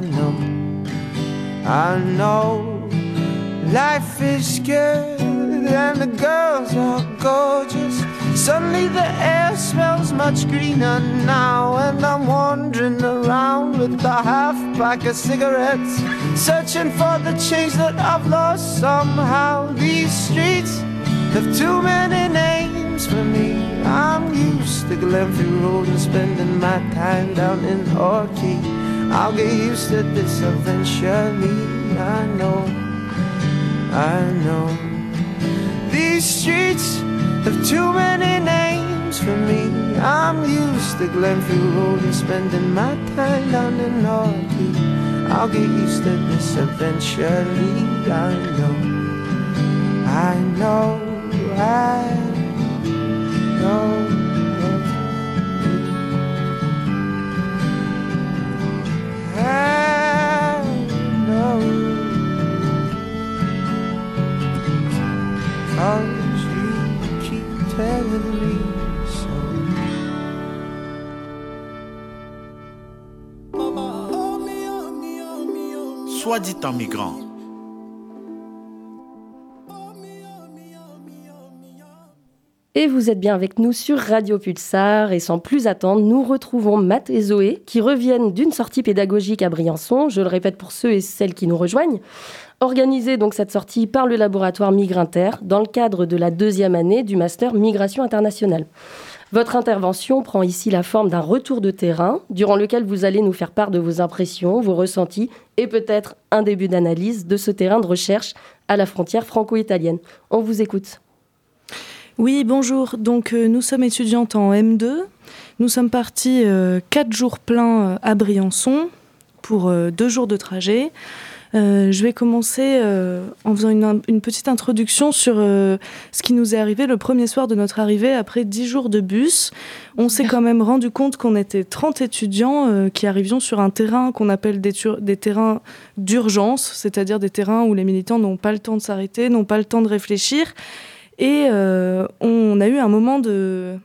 know. Life is good and the girls are gorgeous. Suddenly the air smells much greener now, and I'm wandering around with a half pack of cigarettes, searching for the change that I've lost somehow. These streets have too many names for me. I'm used to Glenfield Road and spending my time down in Orkney. I'll get used to this eventually, I know. These streets have too many names for me. I'm used to Glenfield Road and spending my time down in Orkney. I'll get used to this eventually, I know. Cause you keep telling me so. Soit dit en migrant. Et vous êtes bien avec nous sur Radio Pulsar, et sans plus attendre, nous retrouvons Matt et Zoé qui reviennent d'une sortie pédagogique à Briançon, je le répète pour ceux et celles qui nous rejoignent. Organisée donc cette sortie par le laboratoire Migrinter dans le cadre de la 2e année du Master Migration Internationale. Votre intervention prend ici la forme d'un retour de terrain durant lequel vous allez nous faire part de vos impressions, vos ressentis et peut-être un début d'analyse de ce terrain de recherche à la frontière franco-italienne. On vous écoute. Oui, bonjour. Donc, nous sommes étudiantes en M2. Nous sommes partis 4 jours pleins à Briançon pour 2 jours de trajet. Je vais commencer en faisant une petite introduction sur ce qui nous est arrivé le premier soir de notre arrivée après 10 jours de bus. On s'est quand même rendu compte qu'on était 30 étudiants qui arrivions sur un terrain qu'on appelle des terrains d'urgence, c'est-à-dire des terrains où les militants n'ont pas le temps de s'arrêter, n'ont pas le temps de réfléchir. Et on a eu un moment un peu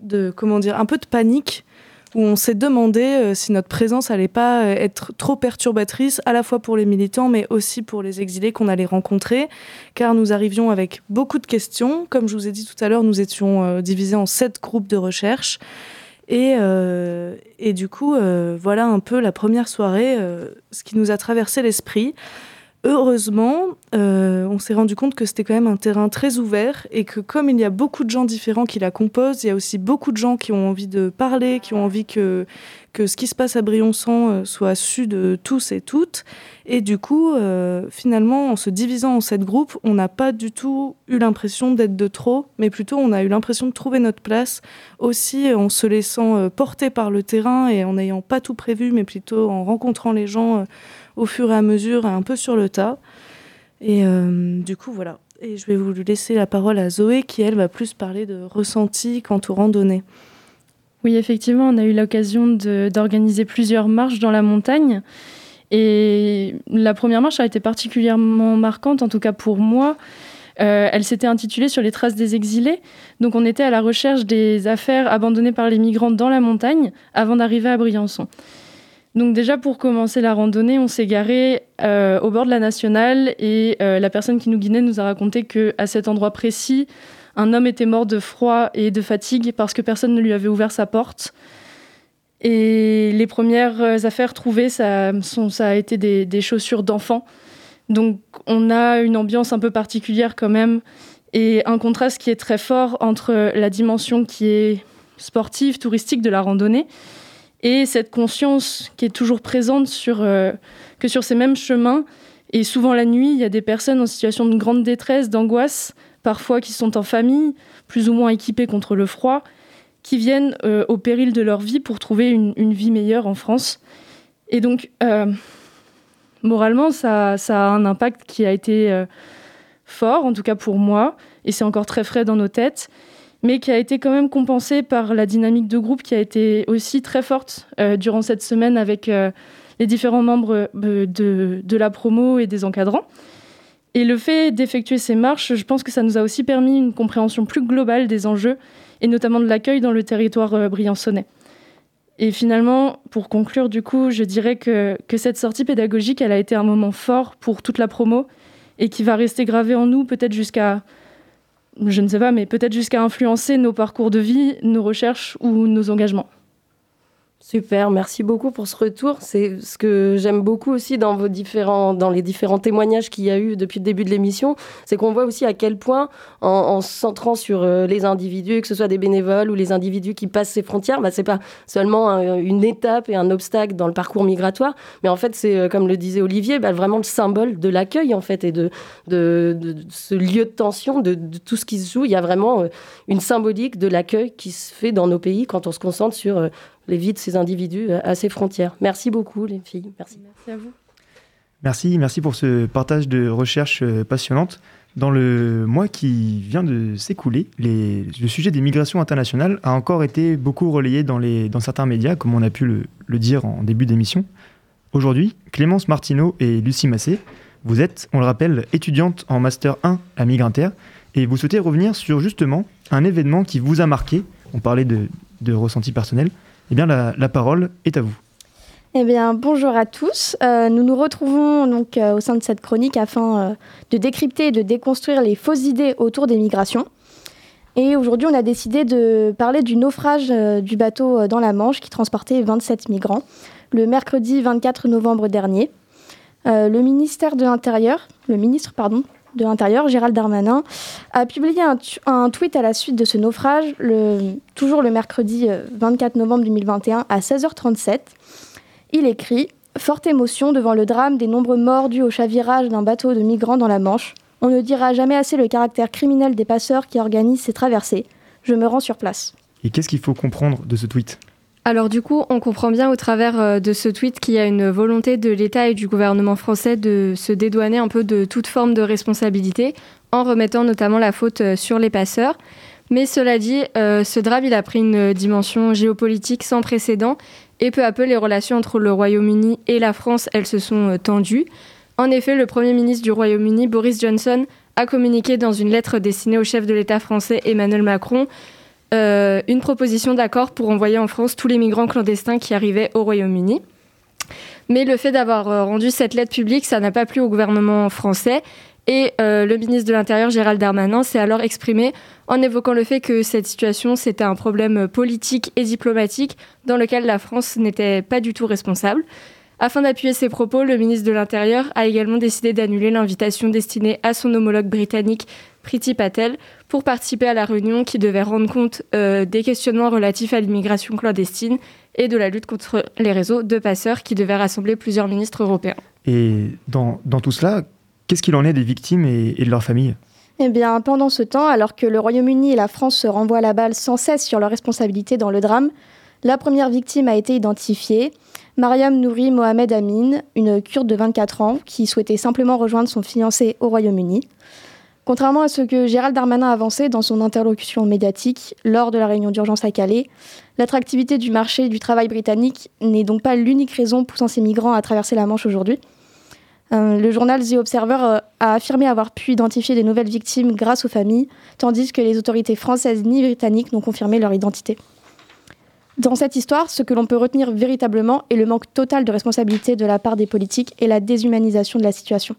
de panique, où on s'est demandé si notre présence allait pas être trop perturbatrice, à la fois pour les militants, mais aussi pour les exilés qu'on allait rencontrer, car nous arrivions avec beaucoup de questions. Comme je vous ai dit tout à l'heure, nous étions divisés en 7 groupes de recherche. Et du coup, voilà un peu la première soirée, ce qui nous a traversé l'esprit. Heureusement, on s'est rendu compte que c'était quand même un terrain très ouvert et que comme il y a beaucoup de gens différents qui la composent, il y a aussi beaucoup de gens qui ont envie de parler, qui ont envie que ce qui se passe à Briançon soit su de tous et toutes. Et du coup, finalement, en se divisant en 7 groupes, on n'a pas du tout eu l'impression d'être de trop, mais plutôt on a eu l'impression de trouver notre place, aussi en se laissant porter par le terrain et en n'ayant pas tout prévu, mais plutôt en rencontrant les gens au fur et à mesure, un peu sur le tas. Et du coup, voilà. Et je vais vous laisser la parole à Zoé, qui, elle, va plus parler de ressenti quant aux randonnées. Oui, effectivement, on a eu l'occasion d'organiser plusieurs marches dans la montagne. Et la première marche a été particulièrement marquante, en tout cas pour moi. Elle s'était intitulée « Sur les traces des exilés ». Donc on était à la recherche des affaires abandonnées par les migrants dans la montagne avant d'arriver à Briançon. Donc déjà, pour commencer la randonnée, on s'est garé au bord de la nationale et la personne qui nous guidait nous a raconté qu'à cet endroit précis, un homme était mort de froid et de fatigue parce que personne ne lui avait ouvert sa porte. Et les premières affaires trouvées, ça a été des chaussures d'enfants. Donc on a une ambiance un peu particulière quand même et un contraste qui est très fort entre la dimension qui est sportive, touristique de la randonnée et cette conscience qui est toujours présente que sur ces mêmes chemins, Et souvent la nuit, il y a des personnes en situation de grande détresse, d'angoisse, parfois qui sont en famille, plus ou moins équipées contre le froid, qui viennent au péril de leur vie pour trouver une vie meilleure en France. Et donc, moralement, ça a un impact qui a été fort, en tout cas pour moi, et c'est encore très frais dans nos têtes, mais qui a été quand même compensé par la dynamique de groupe qui a été aussi très forte durant cette semaine avec les différents membres de la promo et des encadrants. Et le fait d'effectuer ces marches, je pense que ça nous a aussi permis une compréhension plus globale des enjeux, et notamment de l'accueil dans le territoire briançonnais. Et finalement, pour conclure, du coup, je dirais que cette sortie pédagogique, elle a été un moment fort pour toute la promo, et qui va rester gravé en nous, peut-être jusqu'à, je ne sais pas, mais peut-être jusqu'à influencer nos parcours de vie, nos recherches ou nos engagements. Super, merci beaucoup pour ce retour. C'est ce que j'aime beaucoup aussi dans les différents témoignages qu'il y a eu depuis le début de l'émission, c'est qu'on voit aussi à quel point, en se centrant sur les individus, que ce soit des bénévoles ou les individus qui passent ces frontières, c'est pas seulement une étape et un obstacle dans le parcours migratoire, mais en fait c'est, comme le disait Olivier, vraiment le symbole de l'accueil en fait, et de ce lieu de tension, de tout ce qui se joue. Il y a vraiment une symbolique de l'accueil qui se fait dans nos pays quand on se concentre sur les vies de ces individus à ces frontières. Merci beaucoup, les filles. Merci. Merci à vous. Merci pour ce partage de recherche passionnante. Dans le mois qui vient de s'écouler, le sujet des migrations internationales a encore été beaucoup relayé dans certains médias, comme on a pu le dire en début d'émission. Aujourd'hui, Clémence Martineau et Lucie Massé, vous êtes, on le rappelle, étudiantes en Master 1 à Migrinter, et vous souhaitez revenir sur justement un événement qui vous a marqué. On parlait de ressenti personnel. Eh bien, la parole est à vous. Eh bien, bonjour à tous. Nous nous retrouvons donc au sein de cette chronique afin de décrypter et de déconstruire les fausses idées autour des migrations. Et aujourd'hui, on a décidé de parler du naufrage du bateau dans la Manche qui transportait 27 migrants le mercredi 24 novembre dernier. Le ministre de l'Intérieur, Gérald Darmanin, a publié un tweet à la suite de ce naufrage, toujours le mercredi 24 novembre 2021 à 16h37. Il écrit « Forte émotion devant le drame des nombreux morts dus au chavirage d'un bateau de migrants dans la Manche. On ne dira jamais assez le caractère criminel des passeurs qui organisent ces traversées. Je me rends sur place. » Et qu'est-ce qu'il faut comprendre de ce tweet ? Alors du coup, on comprend bien au travers de ce tweet qu'il y a une volonté de l'État et du gouvernement français de se dédouaner un peu de toute forme de responsabilité, en remettant notamment la faute sur les passeurs. Mais cela dit, ce drame, il a pris une dimension géopolitique sans précédent, et peu à peu, les relations entre le Royaume-Uni et la France, elles se sont tendues. En effet, le Premier ministre du Royaume-Uni, Boris Johnson, a communiqué dans une lettre destinée au chef de l'État français, Emmanuel Macron, une proposition d'accord pour envoyer en France tous les migrants clandestins qui arrivaient au Royaume-Uni. Mais le fait d'avoir rendu cette lettre publique, ça n'a pas plu au gouvernement français. Et le ministre de l'Intérieur, Gérald Darmanin, s'est alors exprimé en évoquant le fait que cette situation, c'était un problème politique et diplomatique dans lequel la France n'était pas du tout responsable. Afin d'appuyer ses propos, le ministre de l'Intérieur a également décidé d'annuler l'invitation destinée à son homologue britannique, Priti Patel, pour participer à la réunion qui devait rendre compte des questionnements relatifs à l'immigration clandestine et de la lutte contre les réseaux de passeurs qui devaient rassembler plusieurs ministres européens. Et dans tout cela, qu'est-ce qu'il en est des victimes et de leurs familles ? Eh bien, pendant ce temps, alors que le Royaume-Uni et la France se renvoient la balle sans cesse sur leurs responsabilités dans le drame, la première victime a été identifiée, Mariam Nouri Mohamed Amin, une Kurde de 24 ans qui souhaitait simplement rejoindre son fiancé au Royaume-Uni. Contrairement à ce que Gérald Darmanin avançait dans son interlocution médiatique lors de la réunion d'urgence à Calais, l'attractivité du marché du travail britannique n'est donc pas l'unique raison poussant ces migrants à traverser la Manche aujourd'hui. Le journal The Observer a affirmé avoir pu identifier des nouvelles victimes grâce aux familles, tandis que les autorités françaises ni britanniques n'ont confirmé leur identité. Dans cette histoire, ce que l'on peut retenir véritablement est le manque total de responsabilité de la part des politiques et la déshumanisation de la situation.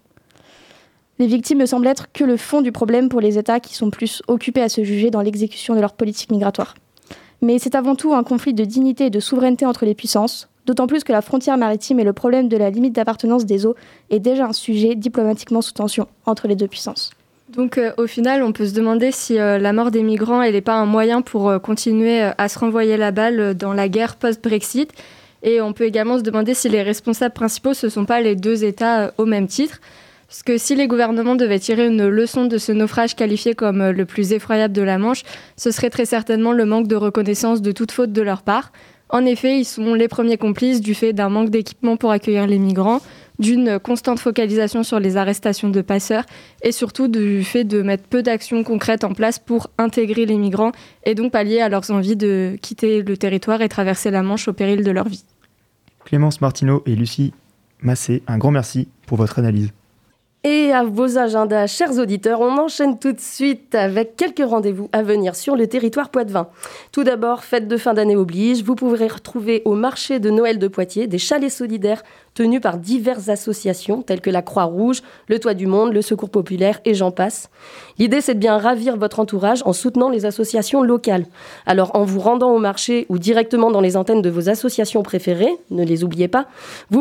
Les victimes ne semblent être que le fond du problème pour les États qui sont plus occupés à se juger dans l'exécution de leur politique migratoire. Mais c'est avant tout un conflit de dignité et de souveraineté entre les puissances, d'autant plus que la frontière maritime et le problème de la limite d'appartenance des eaux est déjà un sujet diplomatiquement sous tension entre les deux puissances. Donc au final, on peut se demander si la mort des migrants, elle n'est pas un moyen pour continuer à se renvoyer la balle dans la guerre post-Brexit. Et on peut également se demander si les responsables principaux, ce ne sont pas les deux États au même titre. Parce que si les gouvernements devaient tirer une leçon de ce naufrage qualifié comme le plus effroyable de la Manche, ce serait très certainement le manque de reconnaissance de toute faute de leur part. En effet, ils sont les premiers complices du fait d'un manque d'équipement pour accueillir les migrants, d'une constante focalisation sur les arrestations de passeurs et surtout du fait de mettre peu d'actions concrètes en place pour intégrer les migrants et donc pallier à leurs envies de quitter le territoire et traverser la Manche au péril de leur vie. Clémence Martineau et Lucie Massé, un grand merci pour votre analyse. Et à vos agendas, chers auditeurs, on enchaîne tout de suite avec quelques rendez-vous à venir sur le territoire poitevin. Tout d'abord, fête de fin d'année oblige, vous pourrez retrouver au marché de Noël de Poitiers des chalets solidaires tenus par diverses associations telles que la Croix-Rouge, le Toit du Monde, le Secours Populaire et j'en passe. L'idée, c'est de bien ravir votre entourage en soutenant les associations locales. Alors, en vous rendant au marché ou directement dans les antennes de vos associations préférées, ne les oubliez pas,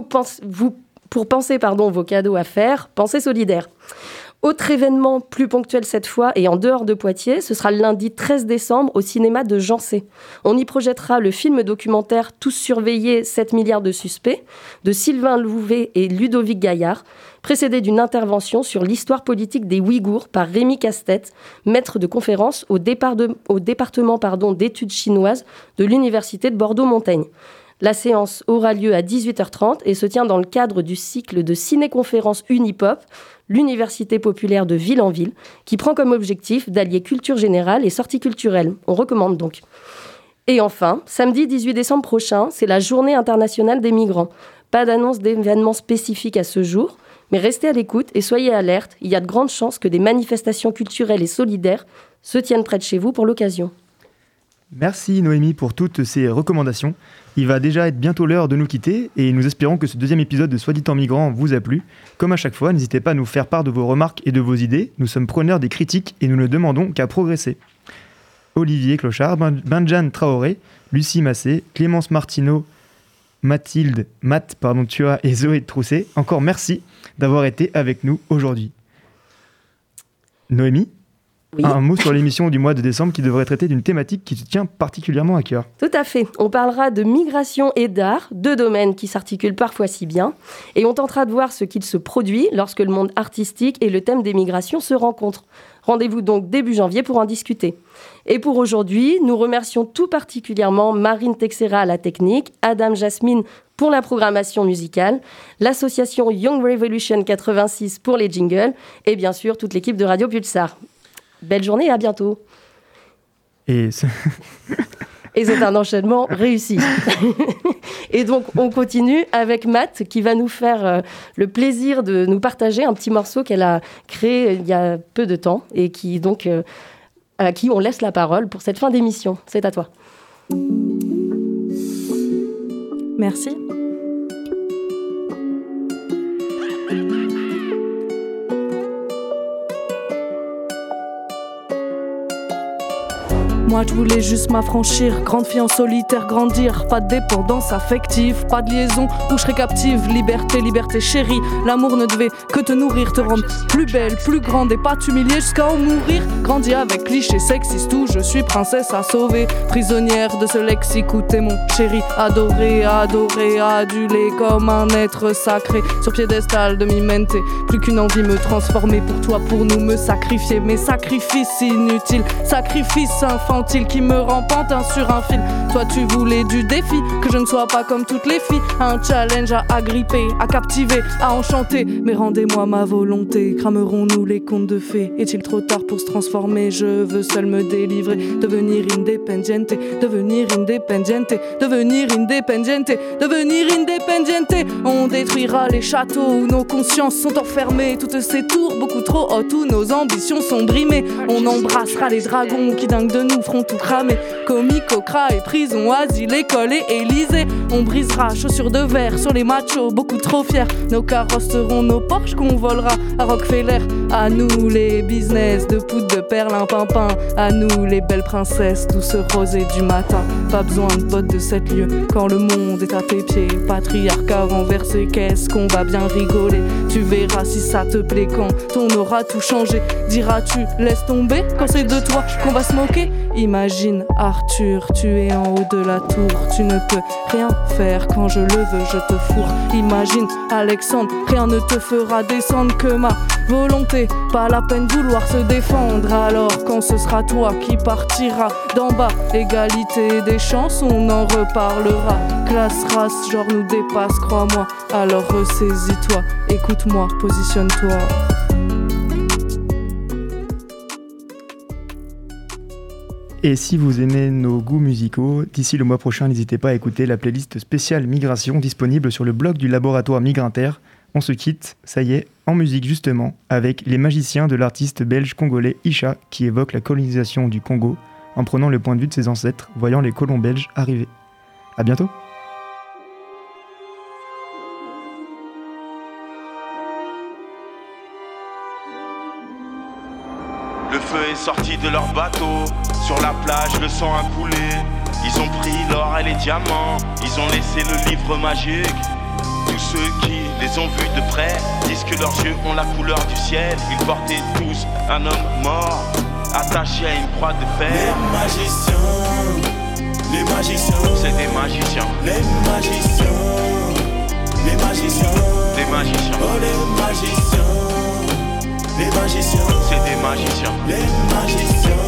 pour penser vos cadeaux à faire, pensez solidaire. Autre événement plus ponctuel cette fois et en dehors de Poitiers, ce sera le lundi 13 décembre au cinéma de Jancé. On y projettera le film documentaire Tous surveillés, 7 milliards de suspects de Sylvain Louvet et Ludovic Gaillard, précédé d'une intervention sur l'histoire politique des Ouïghours par Rémi Castet, maître de conférence au département d'études chinoises de l'Université de Bordeaux-Montaigne. La séance aura lieu à 18h30 et se tient dans le cadre du cycle de ciné-conférence Unipop, l'Université populaire de ville en ville, qui prend comme objectif d'allier culture générale et sortie culturelle. On recommande donc. Et enfin, samedi 18 décembre prochain, c'est la Journée internationale des migrants. Pas d'annonce d'événements spécifiques à ce jour, mais restez à l'écoute et soyez alertes. Il y a de grandes chances que des manifestations culturelles et solidaires se tiennent près de chez vous pour l'occasion. Merci Noémie pour toutes ces recommandations. Il va déjà être bientôt l'heure de nous quitter et nous espérons que ce deuxième épisode de Soit dit en migrant vous a plu. Comme à chaque fois, n'hésitez pas à nous faire part de vos remarques et de vos idées. Nous sommes preneurs des critiques et nous ne demandons qu'à progresser. Olivier Clochard, Benjan Traoré, Lucie Massé, Clémence Martineau, Matt Tua et Zoé Trousset, encore merci d'avoir été avec nous aujourd'hui. Noémie ? Oui. Un mot sur l'émission du mois de décembre qui devrait traiter d'une thématique qui te tient particulièrement à cœur. Tout à fait. On parlera de migration et d'art, deux domaines qui s'articulent parfois si bien. Et on tentera de voir ce qu'il se produit lorsque le monde artistique et le thème des migrations se rencontrent. Rendez-vous donc début janvier pour en discuter. Et pour aujourd'hui, nous remercions tout particulièrement Marine Texera à la technique, Adam Jasmine pour la programmation musicale, l'association Young Revolution 86 pour les jingles et bien sûr toute l'équipe de Radio Pulsar. Belle journée et à bientôt. Et c'est un enchaînement réussi. Et donc, on continue avec Matt qui va nous faire le plaisir de nous partager un petit morceau qu'elle a créé il y a peu de temps et qui donc, à qui on laisse la parole pour cette fin d'émission. C'est à toi. Merci. Moi je voulais juste m'affranchir, grande fille en solitaire grandir. Pas de dépendance affective, pas de liaison où je serais captive. Liberté, liberté chérie, l'amour ne devait que te nourrir, te rendre plus belle, plus grande et pas t'humilier jusqu'à en mourir. Grandi avec clichés sexistes où je suis princesse à sauver, prisonnière de ce lexique où t'es mon chéri adoré, adoré, adulé comme un être sacré. Sur piédestal de m'imenter, plus qu'une envie me transformer pour toi, pour nous me sacrifier. Mes sacrifices inutiles, sacrifices infantiles qui me rend pantin sur un fil. Toi tu voulais du défi, que je ne sois pas comme toutes les filles. Un challenge à agripper, à captiver, à enchanter. Mais rendez-moi ma volonté, cramerons-nous les contes de fées? Est-il trop tard pour se transformer? Je veux seul me délivrer, devenir independiente, devenir independiente, devenir independiente, devenir independiente. On détruira les châteaux où nos consciences sont enfermées, toutes ces tours beaucoup trop hautes où nos ambitions sont brimées. On embrassera les dragons qui dinguent de nous feront tout cramer. Comique, Ocra et prison, asile, école et Élysée. On brisera chaussures de verre sur les machos, beaucoup trop fiers. Nos carrosses seront nos Porsche qu'on volera à Rockefeller. À nous les business de poudre de perlimpinpin. À nous les belles princesses, douce rosée du matin. Pas besoin de bottes de 7 lieues quand le monde est à tes pieds. Patriarcat renversé, qu'est-ce qu'on va bien rigoler. Tu verras si ça te plaît quand on aura tout changé. Diras-tu laisse tomber quand c'est de toi qu'on va se moquer? Imagine Arthur, tu es en haut de la tour. Tu ne peux rien faire, quand je le veux, je te fourre. Imagine Alexandre, rien ne te fera descendre que ma volonté. Pas la peine de vouloir se défendre. Alors quand ce sera toi qui partiras d'en bas, égalité des chances, on en reparlera. Classe, race, genre nous dépasse, crois-moi. Alors ressaisis-toi, écoute-moi, positionne-toi. Et si vous aimez nos goûts musicaux, d'ici le mois prochain, n'hésitez pas à écouter la playlist spéciale Migration disponible sur le blog du laboratoire Migrinter. On se quitte, ça y est, en musique justement, avec Les Magiciens de l'artiste belge-congolais Isha qui évoque la colonisation du Congo en prenant le point de vue de ses ancêtres, voyant les colons belges arriver. À bientôt. Le feu est sorti de leur bateau, sur la plage le sang a coulé. Ils ont pris l'or et les diamants, ils ont laissé le livre magique. Tous ceux qui les ont vus de près disent que leurs yeux ont la couleur du ciel. Ils portaient tous un homme mort, attaché à une croix de fer. Les magiciens, c'est des magiciens. Les magiciens, les magiciens, des magiciens. Oh les magiciens. Les magiciens, c'est des magiciens. Les magiciens,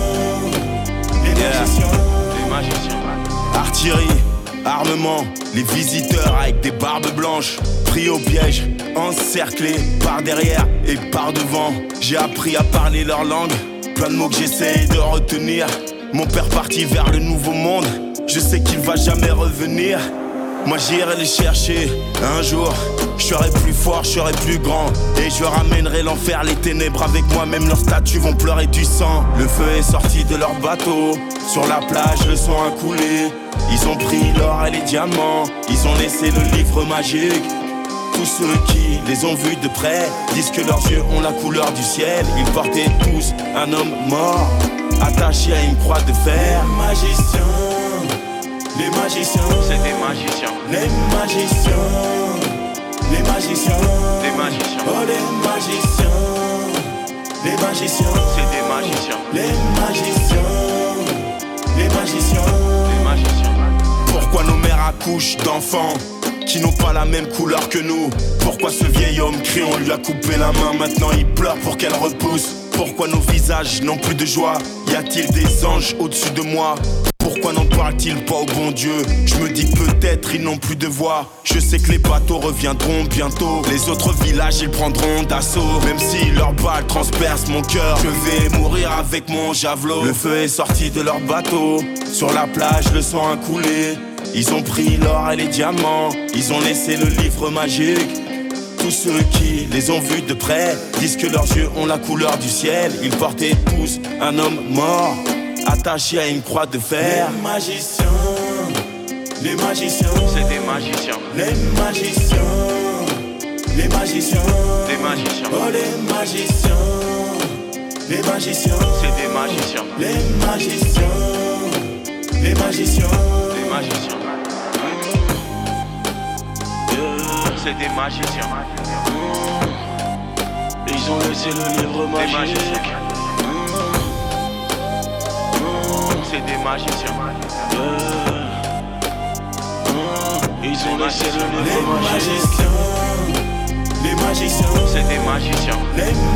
les magiciens, les magiciens. Artillerie, armement, les visiteurs avec des barbes blanches, pris au piège, encerclés par derrière et par devant. J'ai appris à parler leur langue, plein de mots que j'essaye de retenir. Mon père parti vers le nouveau monde, je sais qu'il va jamais revenir. Moi j'irai les chercher un jour. Je serai plus fort, je serai plus grand. Et je ramènerai l'enfer, les ténèbres avec moi. Même leurs statues vont pleurer du sang. Le feu est sorti de leur bateau, sur la plage le sang a coulé. Ils ont pris l'or et les diamants, ils ont laissé le livre magique. Tous ceux qui les ont vus de près disent que leurs yeux ont la couleur du ciel. Ils portaient tous un homme mort, attaché à une croix de fer. Les magiciens, les magiciens, c'est des magiciens. Les magiciens, les magiciens, des magiciens. Oh les magiciens, les magiciens, c'est des magiciens. Les magiciens, les magiciens, des magiciens. Pourquoi nos mères accouchent d'enfants qui n'ont pas la même couleur que nous? Pourquoi ce vieil homme crie, on lui a coupé la main, maintenant il pleure pour qu'elle repousse? Pourquoi nos visages n'ont plus de joie? Y a-t-il des anges au-dessus de moi? Pourquoi n'en parle-t-il pas au bon Dieu? Je me dis que peut-être ils n'ont plus de voix. Je sais que les bateaux reviendront bientôt. Les autres villages ils prendront d'assaut. Même si leurs balles transpercent mon cœur, je vais mourir avec mon javelot. Le feu est sorti de leur bateau, sur la plage le sang a coulé. Ils ont pris l'or et les diamants, ils ont laissé le livre magique. Tous ceux qui les ont vus de près disent que leurs yeux ont la couleur du ciel. Ils portaient tous un homme mort, attaché à une croix de fer. Les magiciens, les magiciens, c'est des magiciens. Les magiciens, les magiciens, des magiciens. Oh les magiciens, les magiciens, c'est des magiciens. Les magiciens, les magiciens, des magiciens. C'est des magiciens. Ils ont laissé le livre magique. C'est des magiciens. Ils ont laissé le livre magique. Les magiciens, c'est des magiciens. Les